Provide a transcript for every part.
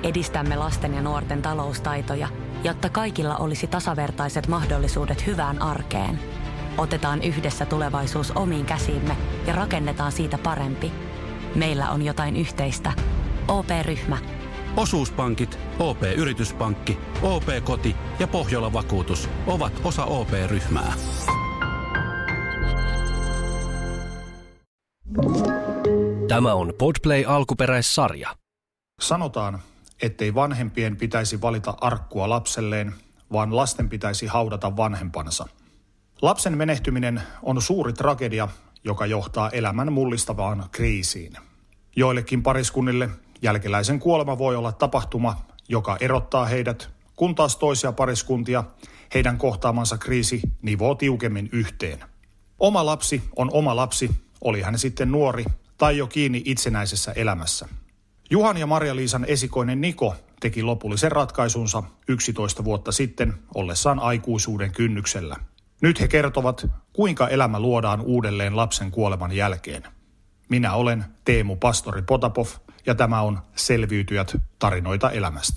Edistämme lasten ja nuorten taloustaitoja, jotta kaikilla olisi tasavertaiset mahdollisuudet hyvään arkeen. Otetaan yhdessä tulevaisuus omiin käsiimme ja rakennetaan siitä parempi. Meillä on jotain yhteistä. OP-ryhmä. Osuuspankit, OP-yrityspankki, OP-koti ja Pohjola-vakuutus ovat osa OP-ryhmää. Tämä on Podplay alkuperäissarja. Sanotaan, ettei vanhempien pitäisi valita arkkua lapselleen, vaan lasten pitäisi haudata vanhempansa. Lapsen menehtyminen on suuri tragedia, joka johtaa elämän mullistavaan kriisiin. Joillekin pariskunnille jälkeläisen kuolema voi olla tapahtuma, joka erottaa heidät, kun taas toisia pariskuntia heidän kohtaamansa kriisi nivoo tiukemmin yhteen. Oma lapsi on oma lapsi, oli hän sitten nuori tai jo kiinni itsenäisessä elämässä. Juhan ja Marja-Liisan esikoinen Niko teki lopullisen ratkaisunsa 11 vuotta sitten ollessaan aikuisuuden kynnyksellä. Nyt he kertovat, kuinka elämä luodaan uudelleen lapsen kuoleman jälkeen. Minä olen Teemu Pastori Potapov ja tämä on Selviytyjät, tarinoita elämästä.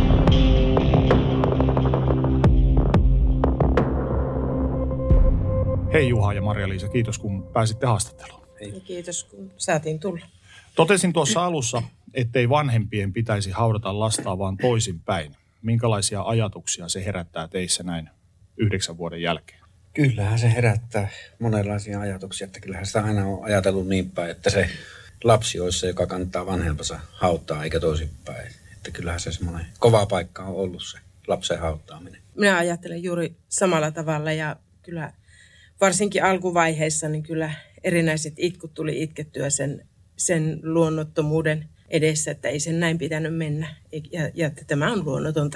Hei Juha ja Marja-Liisa, kiitos kun pääsitte haastatteluun. Hei. Kiitos kun saatiin tulla. Totesin tuossa alussa, ettei vanhempien pitäisi haudata lastaa vaan toisinpäin. Minkälaisia ajatuksia se herättää teissä näin 9 vuoden jälkeen? Kyllähän se herättää monenlaisia ajatuksia, että kyllähän sitä aina on ajatellut niin päin, että se lapsi olisi se, joka kantaa vanhempansa hautaa, eikä toisinpäin. Että kyllähän se semmoinen kova paikka on ollut se lapsen hautaaminen. Minä ajattelen juuri samalla tavalla ja kyllä varsinkin alkuvaiheessa niin kyllä erinäiset itkut tuli itkettyä sen luonnottomuuden edessä, että ei sen näin pitänyt mennä ja että tämä on luonnotonta.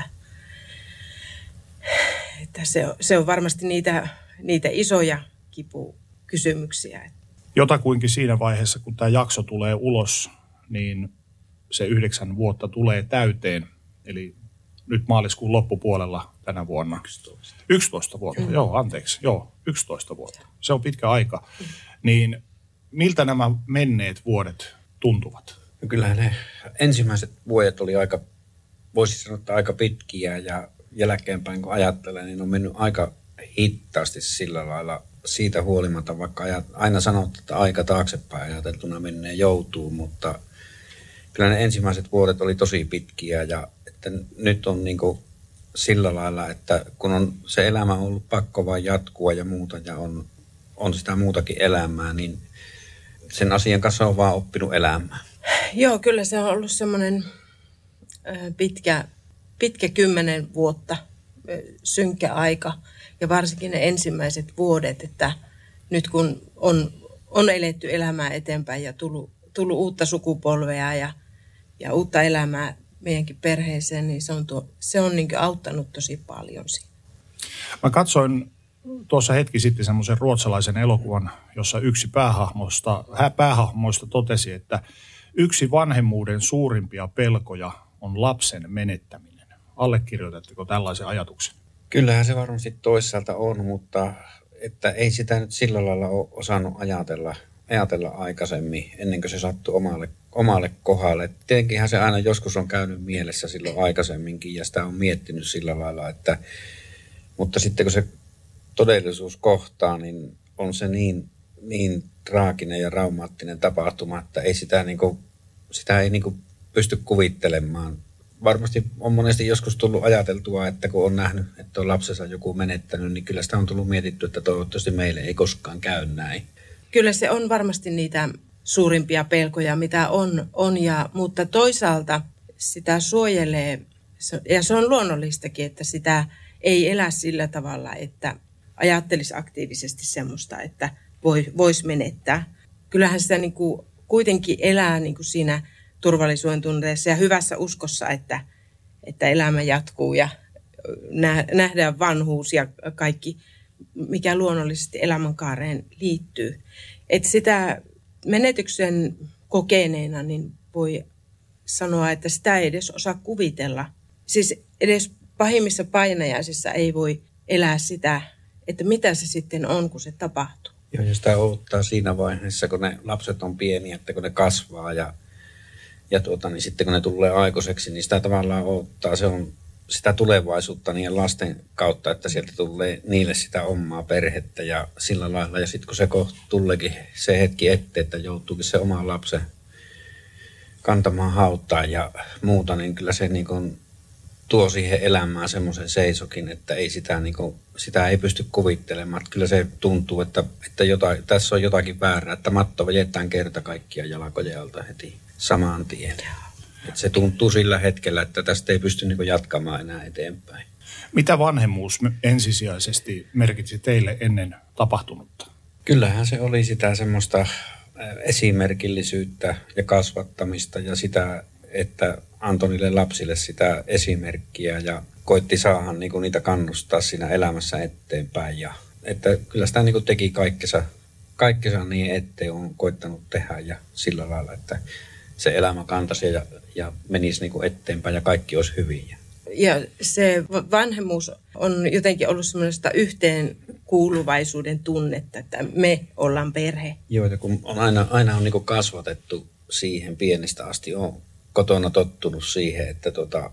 Että se on varmasti niitä isoja kipukysymyksiä. Jotakuinkin siinä vaiheessa, kun tämä jakso tulee ulos, niin se 9 vuotta tulee täyteen. Eli nyt maaliskuun loppupuolella tänä vuonna. 11 vuotta, joo, 11 vuotta. Se on pitkä aika. Niin miltä nämä menneet vuodet tuntuvat? No kyllähän ne ensimmäiset vuodet oli voisi sanoa, että aika pitkiä ja jälkeenpäin kun ajattelen, niin on mennyt aika hitaasti sillä lailla siitä huolimatta, vaikka aina sanottu, että aika taaksepäin ajateltuna menee joutuu, mutta kyllä ne ensimmäiset vuodet oli tosi pitkiä ja että nyt on niin kuin sillä lailla, että kun on se elämä ollut pakko vaan jatkua ja muuta ja on sitä muutakin elämää, niin sen asian kanssa on vaan oppinut elämään. Joo, kyllä se on ollut semmoinen pitkä 10 vuotta, synkkä aika ja varsinkin ne ensimmäiset vuodet, että nyt kun on eletty elämää eteenpäin ja tullut uutta sukupolvea ja uutta elämää meidänkin perheeseen, niin se on niin kuin auttanut tosi paljon siinä. Mä katsoin tuossa hetki sitten semmoisen ruotsalaisen elokuvan, jossa yksi päähahmoista totesi, että yksi vanhemmuuden suurimpia pelkoja on lapsen menettäminen. Allekirjoitatteko tällaisen ajatuksen? Kyllähän se varmasti toisaalta on, mutta että ei sitä nyt sillä lailla ole osannut ajatella aikaisemmin, ennen kuin se sattui omalle kohdalle. Tietenkinhän se aina joskus on käynyt mielessä silloin aikaisemminkin ja sitä on miettinyt sillä lailla, mutta sitten kun se todellisuus kohtaa, niin on se niin traaginen ja traumaattinen tapahtuma, että ei sitä ei pysty kuvittelemaan. Varmasti on monesti joskus tullut ajateltua, että kun on nähnyt, että on lapsensa joku menettänyt, niin kyllä sitä on tullut mietitty, että toivottavasti meille ei koskaan käy näin. Kyllä se on varmasti niitä suurimpia pelkoja, mitä on mutta toisaalta sitä suojelee, ja se on luonnollistakin, että sitä ei elä sillä tavalla, että ajattelisi aktiivisesti semmoista, että voisi menettää. Kyllähän sitä niin kuin kuitenkin elää niin kuin siinä turvallisuuden tunteessa ja hyvässä uskossa, että elämä jatkuu ja nähdään vanhuus ja kaikki, mikä luonnollisesti elämänkaareen liittyy. Että sitä menetyksen kokeneena niin voi sanoa, että sitä ei edes osaa kuvitella. Siis edes pahimmissa painajaisissa ei voi elää sitä, että mitä se sitten on, kun se tapahtuu. Joo, ja sitä odottaa siinä vaiheessa, kun ne lapset on pieniä, että kun ne kasvaa ja niin sitten kun ne tulee aikuiseksi, niin sitä tavallaan odottaa, se on sitä tulevaisuutta niiden lasten kautta, että sieltä tulee niille sitä omaa perhettä ja sillä lailla. Ja sitten kun se tuleekin se hetki eteen, että joutuukin se oma lapsen kantamaan hautaan ja muuta, niin kyllä se niin kuin tuo siihen elämään semmoisen seisokin, että ei sitä ei pysty kuvittelemaan. Että kyllä se tuntuu, että tässä on jotakin väärää, että matto vejetään kerta kaikkiaan jalkojen alta heti saman tien. Että se tuntuu sillä hetkellä, että tästä ei pysty niin kuin jatkamaan enää eteenpäin. Mitä vanhemmuus ensisijaisesti merkitsi teille ennen tapahtunutta? Kyllähän se oli sitä semmoista esimerkillisyyttä ja kasvattamista ja sitä, että antoi niille lapsille sitä esimerkkiä ja koitti saada niin kuin niitä kannustaa siinä elämässä eteenpäin. Ja, että kyllä sitä niin kuin teki kaikkensa niin, ettei on koittanut tehdä ja sillä lailla, että se elämä kantaisi ja menisi niin kuin eteenpäin ja kaikki olisi hyvin. Ja se vanhemmuus on jotenkin ollut semmoista yhteenkuuluvaisuuden tunnetta, että me ollaan perhe. Joo, ja kun on aina on niin kuin kasvatettu siihen pienestä asti, on kotona tottunut siihen, että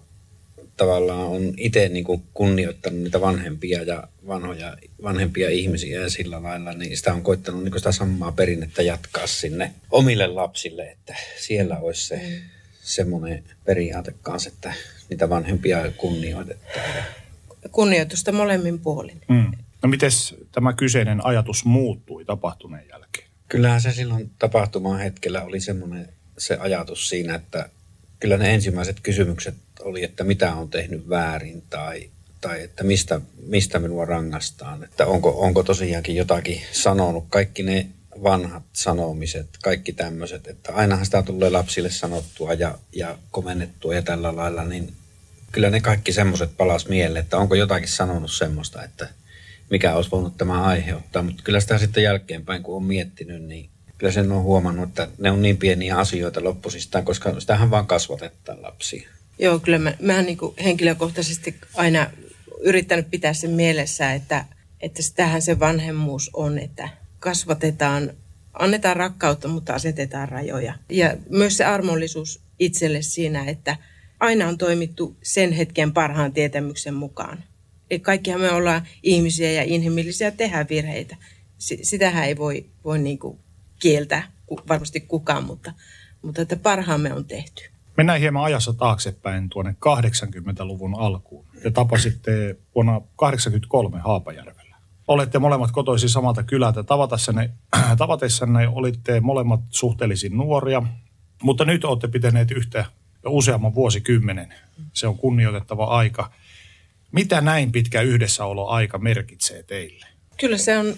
tavallaan on itse niin kuin kunnioittanut niitä vanhempia ja vanhempia ihmisiä ja sillä lailla, niin sitä on koittanut niin kuin sitä samaa perinnettä jatkaa sinne omille lapsille, että siellä olisi se semmoinen periaate kanssa, että niitä vanhempia kunnioitetaan. Kunnioitusta molemmin puolin. No mites tämä kyseinen ajatus muuttui tapahtuneen jälkeen? Kyllähän se silloin tapahtuman hetkellä oli semmoinen se ajatus siinä, että kyllä ne ensimmäiset kysymykset oli, että mitä on tehnyt väärin tai että mistä minua rangaistaan. Että onko tosiaankin jotakin sanonut, kaikki ne vanhat sanomiset, kaikki tämmöiset, että ainahan sitä tulee lapsille sanottua ja komennettua ja tällä lailla, niin kyllä ne kaikki semmoiset palas mieleen, että onko jotakin sanonut semmoista, että mikä olisi voinut tämä aiheuttaa. Mutta kyllä sitä sitten jälkeenpäin, kun on miettinyt, niin kyllä sen on huomannut, että ne on niin pieniä asioita loppusistaan, koska sitähän vaan kasvatetaan lapsia. Joo, kyllä mä niin kuin henkilökohtaisesti aina yrittänyt pitää sen mielessä, että sitähän se vanhemmuus on, että kasvatetaan, annetaan rakkautta, mutta asetetaan rajoja. Ja myös se armollisuus itselle siinä, että aina on toimittu sen hetken parhaan tietämyksen mukaan. Eli kaikkihan me ollaan ihmisiä ja inhimillisiä, tehdään virheitä. Sitähän ei voi niin kuin kieltää varmasti kukaan, mutta että parhaamme on tehty. Mennään hieman ajassa taaksepäin tuonne 80-luvun alkuun. Te tapasitte vuonna 1983 Haapajärvellä. Olette molemmat kotoisin samalta kylältä. Tavatessanne olitte molemmat suhteellisen nuoria, mutta nyt olette pitäneet yhtä jo useamman vuosikymmenen. Se on kunnioitettava aika. Mitä näin pitkä yhdessäoloaika merkitsee teille? Kyllä se on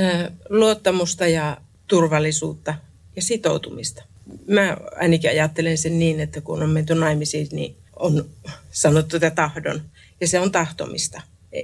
luottamusta ja turvallisuutta ja sitoutumista. Mä ainakin ajattelen sen niin, että kun on menty naimisiin, niin on sanottu tätä tahdon. Ja se on tahtomista.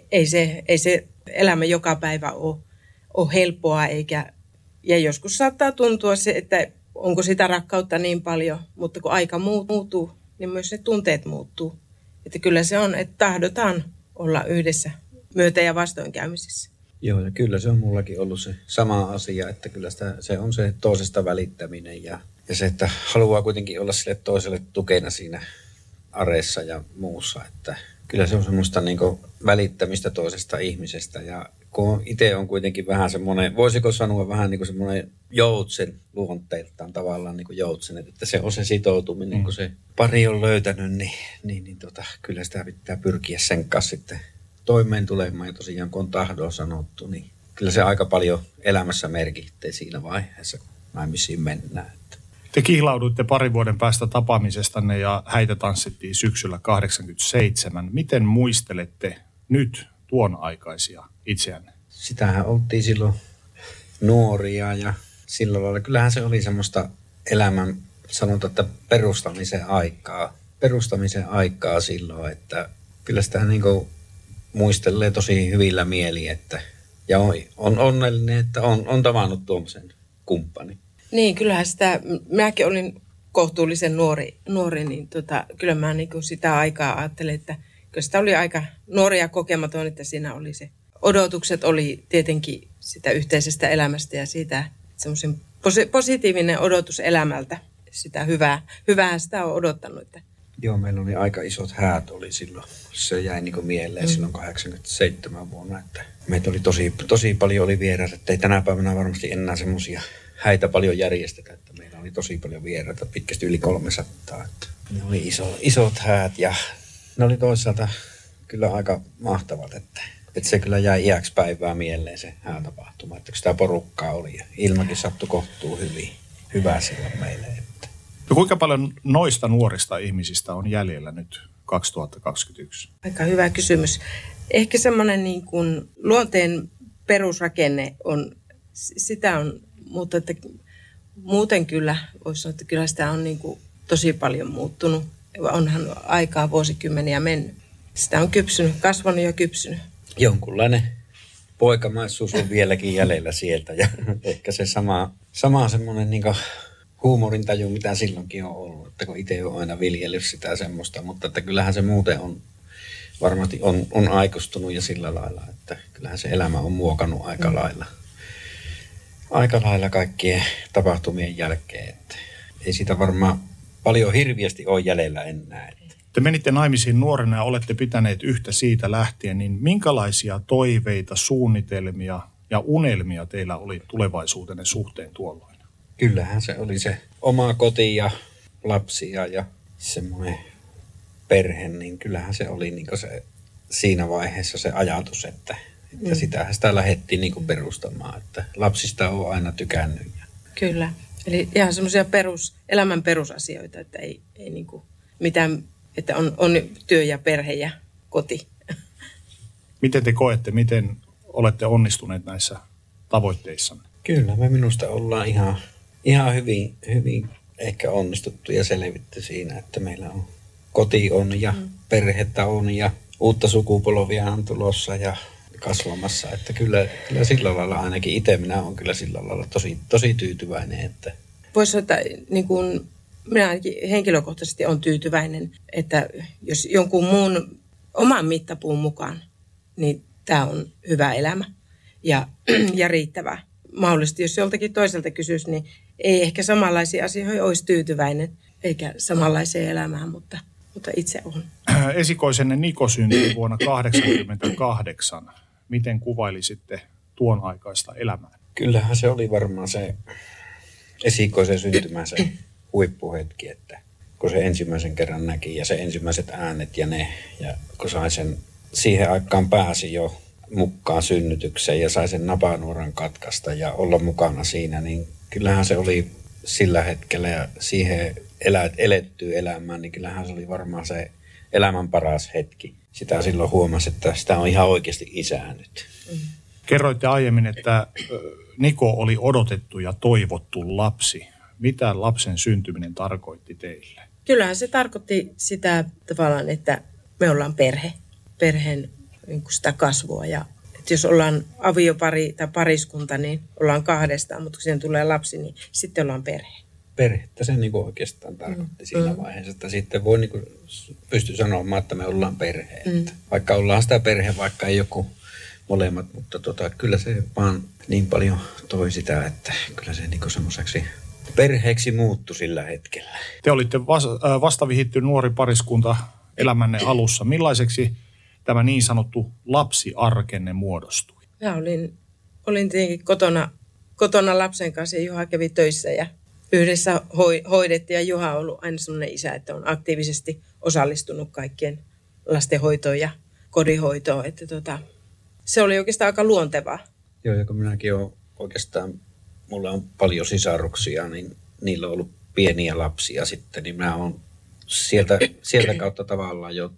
Ei se elämä joka päivä ole helppoa, ja joskus saattaa tuntua se, että onko sitä rakkautta niin paljon, mutta kun aika muuttuu, niin myös ne tunteet muuttuu. Että kyllä se on, että tahdotaan olla yhdessä myötä- ja vastoinkäymisissä. Joo, ja kyllä se on mullakin ollut se sama asia, että kyllä se on se toisesta välittäminen ja se, että haluaa kuitenkin olla sille toiselle tukena siinä areessa ja muussa, että kyllä se on semmoista niin kuin välittämistä toisesta ihmisestä ja kun itse on kuitenkin vähän semmoinen, voisiko sanoa vähän niin kuin semmoinen joutsen luonteeltaan tavallaan niin kuin joutsen, että se on se sitoutuminen, kun se pari on löytänyt, niin kyllä sitä pitää pyrkiä sen kanssa sitten toimeen tulemaan ja tosiaan kun on tahdon sanottu, niin kyllä se aika paljon elämässä merkittää siinä vaiheessa, kun naimisiin mennään. Te kihlauduitte parin vuoden päästä tapaamisestanne ja häitä tanssittiin syksyllä 1987. Miten muistelette nyt tuon aikaisia itseänne? Sitähän oltiin silloin nuoria ja sillä lailla. Kyllähän se oli semmoista elämän, sanotaan, että perustamisen aikaa silloin, että kyllä sitä niin kuin muistelee tosi hyvillä mieli, että ja on onnellinen, että on tavannut tuommoisen kumppanin. Niin, kyllähän sitä, minäkin olin kohtuullisen nuori niin kyllä mä niin kuin sitä aikaa ajattelin, että kyllä sitä oli aika nuori ja kokematon, että siinä oli se. Odotukset oli tietenkin sitä yhteisestä elämästä ja siitä semmoisen positiivinen odotus elämältä. sitä hyvää sitä on odottanut. Että. Joo, meillä oli aika isot häät oli silloin. Se jäi niin kuin mieleen silloin 87 vuonna, että meitä oli tosi paljon oli vieraita, että ei tänä päivänä varmasti enää semmoisia häitä paljon järjestetä, että meillä oli tosi paljon vieraita, pitkästi yli 300, että ne oli isot häät ja ne oli toisaalta kyllä aika mahtavat, että se kyllä jäi iäksi päivää mieleen se häätapahtuma, että kun sitä porukkaa oli ja ilmakin sattui kohtuu hyvä silloin meille. Että. No kuinka paljon noista nuorista ihmisistä on jäljellä nyt 2021? Aika hyvä kysymys. Ehkä semmoinen niin kuin luonteen perusrakenne on, sitä on, mutta että muuten kyllä voisi sanoa, että kyllä sitä on niin kuin tosi paljon muuttunut. Onhan aikaa vuosikymmeniä mennyt. Sitä on kypsynyt, kasvanut ja kypsynyt. Jonkunlainen poikamaisuus on vieläkin jäljellä sieltä ja ehkä se sama semmoinen niin kuin huumorintaju, mitä silloinkin on ollut, että kun itse on aina viljellyt sitä semmoista, mutta että kyllähän se muuten on varmasti on aikuistunut ja sillä lailla, että kyllähän se elämä on muokannut aika lailla kaikkien tapahtumien jälkeen, että ei sitä varmaan paljon hirviästi ole jäljellä enää. Te menitte naimisiin nuorena ja olette pitäneet yhtä siitä lähtien, niin minkälaisia toiveita, suunnitelmia ja unelmia teillä oli tulevaisuutenne suhteen tuolloin? Kyllähän se oli se oma koti ja lapsia ja semmoinen perhe, niin kyllähän se oli niin se, siinä vaiheessa se ajatus, että sitähän sitä lähdettiin niin perustamaan, että lapsista on aina tykännyt. Kyllä, eli ihan semmoisia elämän perusasioita, että ei niin kuin mitään, että on työ ja perhe ja koti. Miten te koette, miten olette onnistuneet näissä tavoitteissanne? Kyllä, me minusta ollaan ihan hyvin ehkä onnistuttu ja selvitty siinä, että meillä on koti on ja perhettä on ja uutta sukupolvia on tulossa ja kasvamassa. Että kyllä sillä lailla ainakin itse minä olen kyllä sillä lailla tosi tyytyväinen. Että. Voisi sanoa, että niin kuin minä ainakin henkilökohtaisesti olen tyytyväinen, että jos jonkun muun oman mittapuun mukaan, niin tämä on hyvä elämä ja riittävää. Mahdollisesti, jos joltakin toiselta kysyisi, niin ei ehkä samanlaisia asioihin olisi tyytyväinen, eikä samanlaiseen elämään, mutta itse on. Esikoisenne Niko syntyi vuonna 1988. Miten kuvailisitte tuon aikaista elämää? Kyllähän se oli varmaan se esikoisen syntymänsä huippuhetki, että kun se ensimmäisen kerran näki ja se ensimmäiset äänet ja kun sai sen siihen aikaan pääsi jo mukaan synnytykseen ja sai sen napanuoran katkaista ja olla mukana siinä, niin kyllähän se oli sillä hetkellä ja siihen elettyä elämään, niin kyllähän se oli varmaan se elämän paras hetki. Sitä silloin huomasi, että sitä on ihan oikeasti isää nyt. Kerroitte aiemmin, että Niko oli odotettu ja toivottu lapsi. Mitä lapsen syntyminen tarkoitti teille? Kyllähän se tarkoitti sitä tavallaan, että me ollaan perheen niin kuin sitä kasvua. Ja että jos ollaan aviopari tai pariskunta, niin ollaan kahdestaan, mutta kun siihen tulee lapsi, niin sitten ollaan perhe. Perhettä se niin oikeastaan tarkoitti siinä vaiheessa, että sitten voi niin pysty sanomaan, että me ollaan perhe. Vaikka ollaan sitä perhe, vaikka ei joku molemmat, mutta kyllä se vaan niin paljon toi sitä, että kyllä se niin semmoiseksi perheeksi muuttui sillä hetkellä. Te olitte vastavihitty nuori pariskunta elämänne alussa. Millaiseksi tämä niin sanottu lapsiarkenne muodostui? Mä olin tietenkin kotona lapsen kanssa ja Juha kävi töissä ja yhdessä hoidettiin ja Juha on ollut aina sellainen isä, että on aktiivisesti osallistunut kaikkien lastenhoitoon ja kodinhoitoon. Että se oli oikeastaan aika luontevaa. Joo, ja kun minäkin olen oikeastaan, mulla on paljon sisaruksia, niin niillä on ollut pieniä lapsia sitten, niin minä olen sieltä kautta tavallaan jo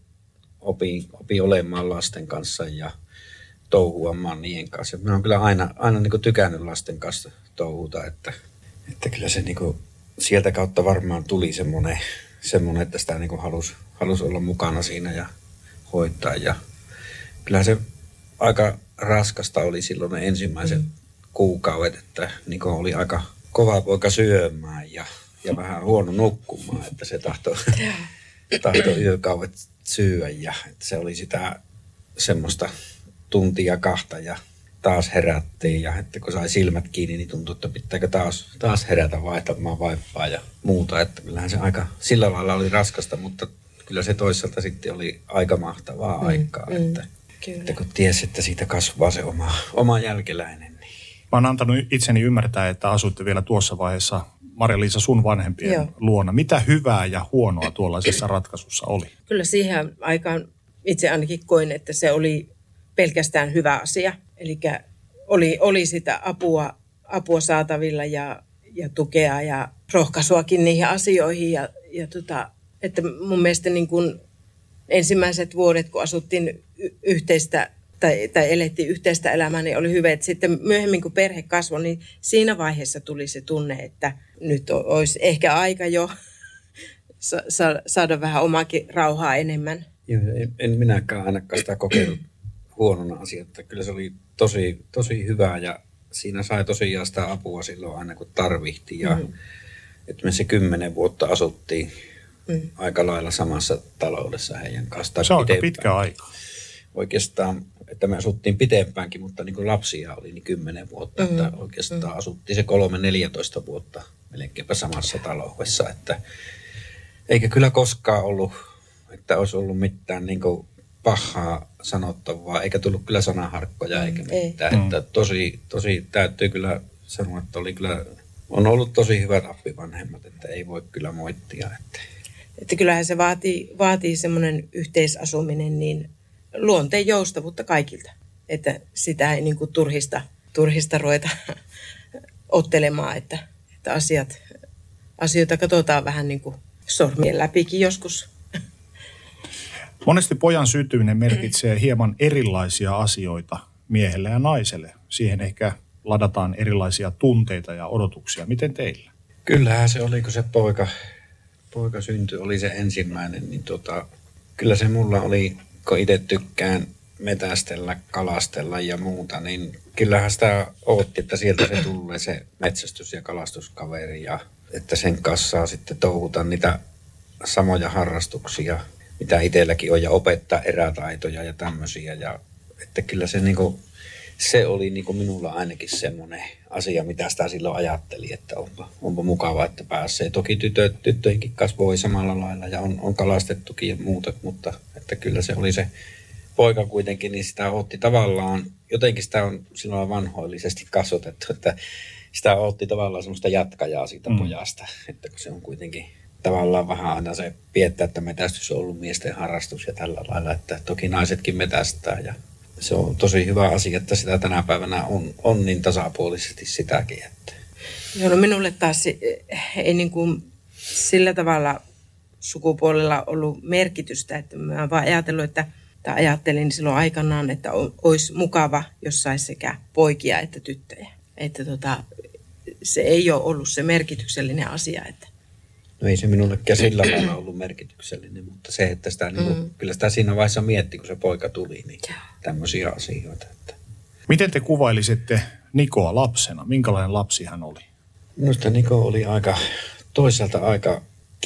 opin olemaan lasten kanssa ja touhuamaan niiden kanssa. Minä olen kyllä aina niin kuin tykännyt lasten kanssa touhuta, että kyllä se niin kuin sieltä kautta varmaan tuli semmoinen että sitä niin kuin halusi olla mukana siinä ja hoitaa. Ja kyllä se aika raskasta oli silloin ne ensimmäiset kuukaudet, että niin kuin oli aika kova poika syömään ja vähän huono nukkumaan, että se tahtoi yökaudet syödä ja että se oli sitä semmoista tuntia kahta ja taas herättiin ja että kun sai silmät kiinni, niin tuntui, että pitääkö taas herätä vaihtamaan vaippaa ja muuta. Että kyllähän se aika sillä lailla oli raskasta, mutta kyllä se toisaalta sitten oli aika mahtavaa aikaa. Että kun tiesi, että siitä kasvaa se oma jälkeläinen. Niin. Mä oon antanut itseni ymmärtää, että asuitte vielä tuossa vaiheessa Marja-Liisa sun vanhempien luona. Mitä hyvää ja huonoa tuollaisessa ratkaisussa oli? Kyllä siihen aikaan itse ainakin koin, että se oli pelkästään hyvä asia. Eli oli sitä apua saatavilla ja tukea ja rohkaisuakin niihin asioihin. Että mun mielestä niin kuin ensimmäiset vuodet, kun asuttiin yhteistä tai elettiin yhteistä elämää, niin oli hyvä. Että sitten myöhemmin, kun perhe kasvoi, niin siinä vaiheessa tuli se tunne, että nyt olisi ehkä aika jo saada vähän omaakin rauhaa enemmän. Joo, en minäkään ainakaan sitä kokeillut huonona asiaa. Kyllä se oli tosi hyvää ja siinä sai tosiaan sitä apua silloin aina kun tarvittiin. Ja että me se 10 vuotta asuttiin aika lailla samassa taloudessa heidän kanssaan. Se on aika pitkä aika. Oikeastaan, että me asuttiin pitempäänkin, mutta niin kuin lapsia oli niin 10 vuotta. Että oikeastaan asuttiin se 3-14 vuotta melkeinpä samassa taloudessa. Että eikä kyllä koskaan ollut, että olisi ollut mitään niin kuin pahaa sanottavaa, eikä tullut kyllä sanaharkkoja eikä mitään. Että tosi täytyy kyllä sanoa, että on ollut tosi hyvät appivanhemmat, että ei voi kyllä moittia. Että kyllähän se vaatii semmoinen yhteisasuminen niin luonteen joustavuutta kaikilta. Että sitä ei niin kuin turhista ruveta ottelemaan, että asioita katsotaan vähän niin kuin sormien läpikin joskus. Monesti pojan syntyminen merkitsee hieman erilaisia asioita miehelle ja naiselle. Siihen ehkä ladataan erilaisia tunteita ja odotuksia. Miten teillä? Kyllähän se oli, kun se poika syntyi, oli se ensimmäinen, niin kyllä se mulla oli, kun itse tykkään metästellä, kalastella ja muuta, niin kyllähän sitä ootti, että sieltä se tulee se metsästys- ja kalastuskaveri ja että sen kanssa saa sitten touhuta niitä samoja harrastuksia, mitä itselläkin on ja opettaa erätaitoja ja tämmöisiä ja että kyllä se niinku se oli niin kuin minulla ainakin semmoinen asia, mitä sitä silloin ajatteli, että onpa mukava, että pääsee. Toki tyttöjenkin kanssa voi samalla lailla ja on kalastettukin ja muuta, mutta että kyllä se oli se poika kuitenkin, niin sitä otti tavallaan, jotenkin sitä on silloin vanhoillisesti kasvatettu, että sitä otti tavallaan semmoista jatkajaa siitä pojasta, että kun se on kuitenkin tavallaan vähän aina se piettää, että metästys on ollut miesten harrastus ja tällä lailla, että toki naisetkin metästää ja se on tosi hyvä asia, että sitä tänä päivänä on niin tasapuolisesti sitäkin. Että. Joo, no minulle taas ei niin kuin sillä tavalla sukupuolella ollut merkitystä, että mä vaan ajattelin silloin aikanaan, että olisi mukava, jos saisi sekä poikia että tyttöjä. Että se ei ole ollut se merkityksellinen asia. Että. No ei se minullekaan sillä lailla ollut merkityksellinen, mutta se, että sitä kyllä sitä siinä vaiheessa mietti, kun se poika tuli, niin tämmöisiä asioita. Että. Miten te kuvailisitte Nikoa lapsena? Minkälainen lapsi hän oli? Minusta Niko oli toisaalta aika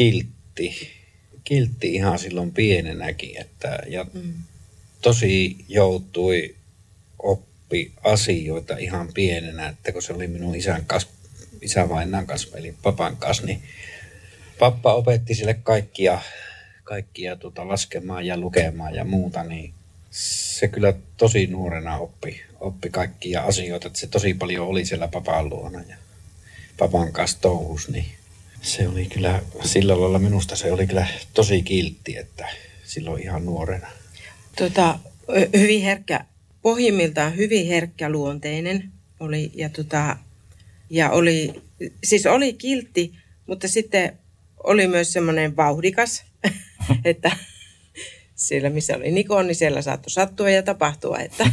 kiltti ihan silloin pienenäkin, ja tosi joutui oppi asioita ihan pienenä, että kun se oli minun isävainaan kanssa, eli papan kanssa, niin pappa opetti sille kaikkia laskemaan ja lukemaan ja muuta, niin se kyllä tosi nuorena oppi kaikkia asioita, että se tosi paljon oli siellä papan luona ja papan kanssa touhus, niin se oli kyllä sillä lailla minusta se oli kyllä tosi kiltti, että silloin ihan nuorena. Hyvin herkkä, pohjimmiltaan hyvin herkkäluonteinen oli ja oli kiltti, mutta sitten oli myös semmoinen vauhdikas, että siellä missä oli Niko, niin siellä saattoi sattua ja tapahtua, että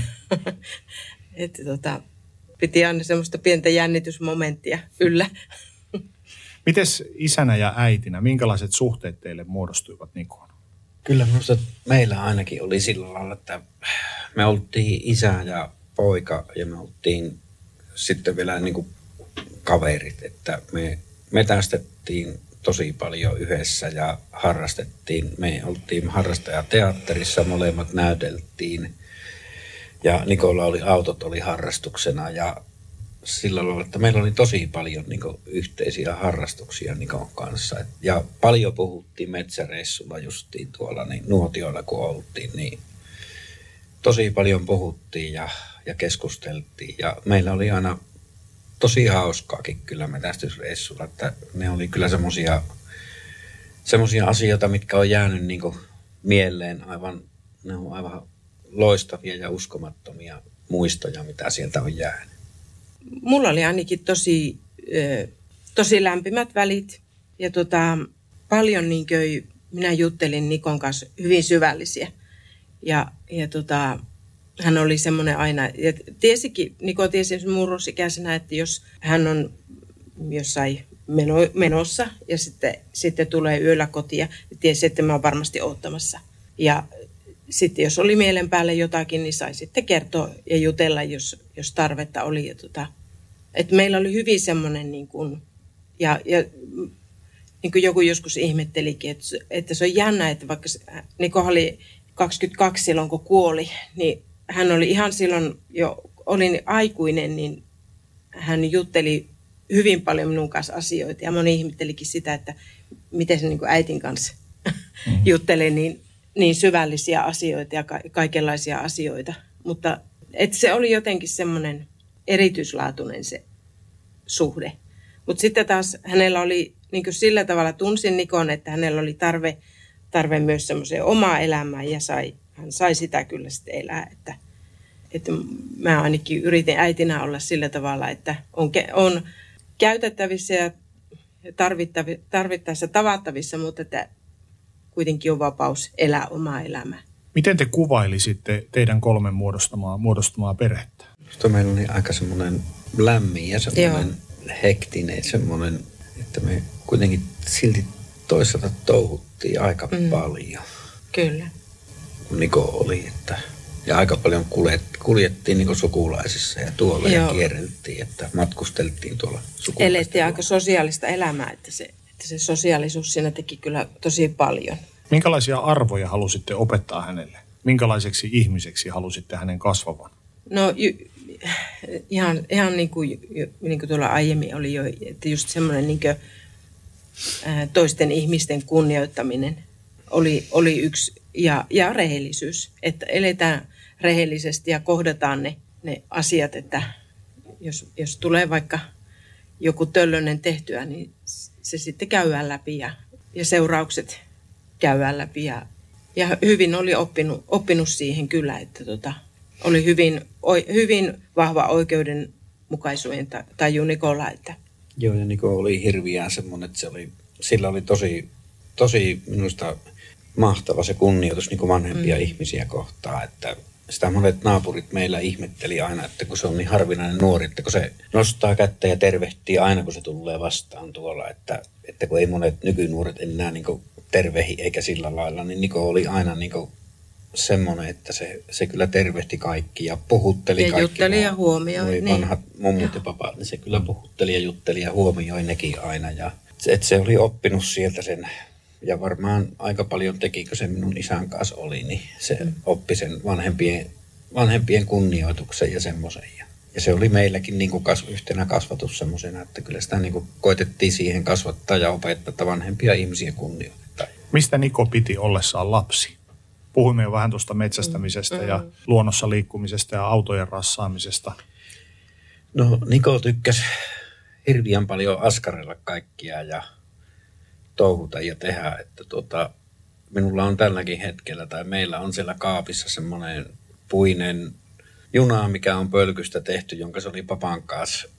piti aina semmoista pientä jännitysmomenttia yllä. Mites isänä ja äitinä, minkälaiset suhteet teille muodostuivat Nikoon? Kyllä minusta meillä ainakin oli sillä lailla, että me oltiin isä ja poika ja me oltiin sitten vielä niin kuin kaverit, että me metästettiin tosi paljon yhdessä ja harrastettiin. Me oltiin harrastajateatterissa, molemmat näyteltiin Ja Nikolla autot oli harrastuksena ja sillä lailla, että meillä oli tosi paljon niin kuin yhteisiä harrastuksia Nikon kanssa. Ja paljon puhuttiin metsäreissulla justiin tuolla niin nuotioilla, kun oltiin, niin tosi paljon puhuttiin ja keskusteltiin. Ja meillä oli aina tosi hauskaakin kyllä metästysreissulla, että ne oli kyllä semmoisia asioita, mitkä on jäänyt niin kuin mieleen ne on aivan loistavia ja uskomattomia muistoja, mitä sieltä on jäänyt. Mulla oli ainakin tosi lämpimät välit ja paljon niin kuin minä juttelin Nikon kanssa hyvin syvällisiä. Ja hän oli semmoinen aina, ja Niko tiesi murrosikäisenä, että jos hän on jossain menossa ja sitten tulee yöllä kotia, niin tiesi, että mä oon varmasti odottamassa. Ja sitten jos oli mielen päälle jotakin, niin sai sitten kertoa ja jutella, jos tarvetta oli. Että meillä oli hyvin semmoinen, niin kuin, ja niin kuin joku joskus ihmettelikin, että se on jännä, että vaikka Niko oli 22 silloin, kun kuoli, niin hän oli ihan silloin jo, olin aikuinen, niin hän jutteli hyvin paljon minun kanssa asioita. Ja moni ihmettelikin sitä, että miten se niin kuin äitin kanssa juttelee niin syvällisiä asioita ja kaikenlaisia asioita. Mutta että se oli jotenkin semmoinen erityislaatuinen se suhde. Mutta sitten taas hänellä oli niin kuin sillä tavalla, tunsin Nikon, että hänellä oli tarve myös semmoiseen omaa elämään ja hän sai sitä kyllä sitten elää. Että mä ainakin yritin äitinä olla sillä tavalla, että on käytettävissä ja tarvittaessa tavattavissa, mutta että kuitenkin on vapaus elää omaa elämää. Miten te kuvailisitte teidän 3 muodostamaa perhettä? Meillä oli aika semmoinen lämmin ja semmoinen hektinen, semmoinen, että me kuitenkin silti toisaalta touhuttiin aika paljon. Kyllä. Niko oli, ja aika paljon kuljettiin niin sukulaisissa ja tuolla ja kierreltiin, että matkusteltiin tuolla sukulaisissa. Elettiin aika sosiaalista elämää, että se sosiaalisuus siinä teki kyllä tosi paljon. Minkälaisia arvoja halusitte opettaa hänelle? Minkälaiseksi ihmiseksi halusitte hänen kasvavan? No ihan niin kuin tuolla aiemmin oli jo, että just semmoinen niin kuin, toisten ihmisten kunnioittaminen oli yksi ja rehellisyys. Että eletään rehellisesti ja kohdataan ne asiat, että jos tulee vaikka joku töllönen tehtyä, niin se sitten käydään läpi ja seuraukset käydään läpi. Ja hyvin oli oppinut siihen kyllä, että oli hyvin vahva oikeudenmukaisuuden taju Nikolla. Että. Joo, ja Niko oli hirviään semmoinen, että sillä oli tosi minusta mahtava se kunnioitus niin kuin vanhempia ihmisiä kohtaan, että sitä monet naapurit meillä ihmetteli aina, että kun se on niin harvinainen nuori, että kun se nostaa kättä ja tervehtii aina, kun se tulee vastaan tuolla, että kun ei monet nykynuoret enää niin kuin tervehi eikä sillä lailla, niin Niko oli aina niin kuin semmoinen, että se kyllä tervehti kaikki ja puhutteli ja kaikki. Ja jutteli ja huomioi. Niin. Vanhat mummut ja papat, niin se kyllä puhutteli ja jutteli ja huomioi nekin aina. Ja että se oli oppinut sieltä sen, ja varmaan aika paljon tekikö se minun isän kanssa oli, niin se oppi sen vanhempien kunnioituksen ja semmoisen. Ja se oli meilläkin niin kuin yhtenä kasvatus semmoisena, että kyllä sitä niin kuin koitettiin siihen kasvattaa ja opettaa, että vanhempia ihmisiä kunnioitetaan. Mistä Niko piti ollessaan lapsi? Puhuimme jo vähän tuosta metsästämisestä ja luonnossa liikkumisesta ja autojen rassaamisesta. No Niko tykkäsi hirveän paljon askarella kaikkia ja touhuta ja tehdä, että minulla on tälläkin hetkellä tai meillä on siellä kaapissa semmoinen puinen juna, mikä on pölkystä tehty, jonka se oli papan kanssa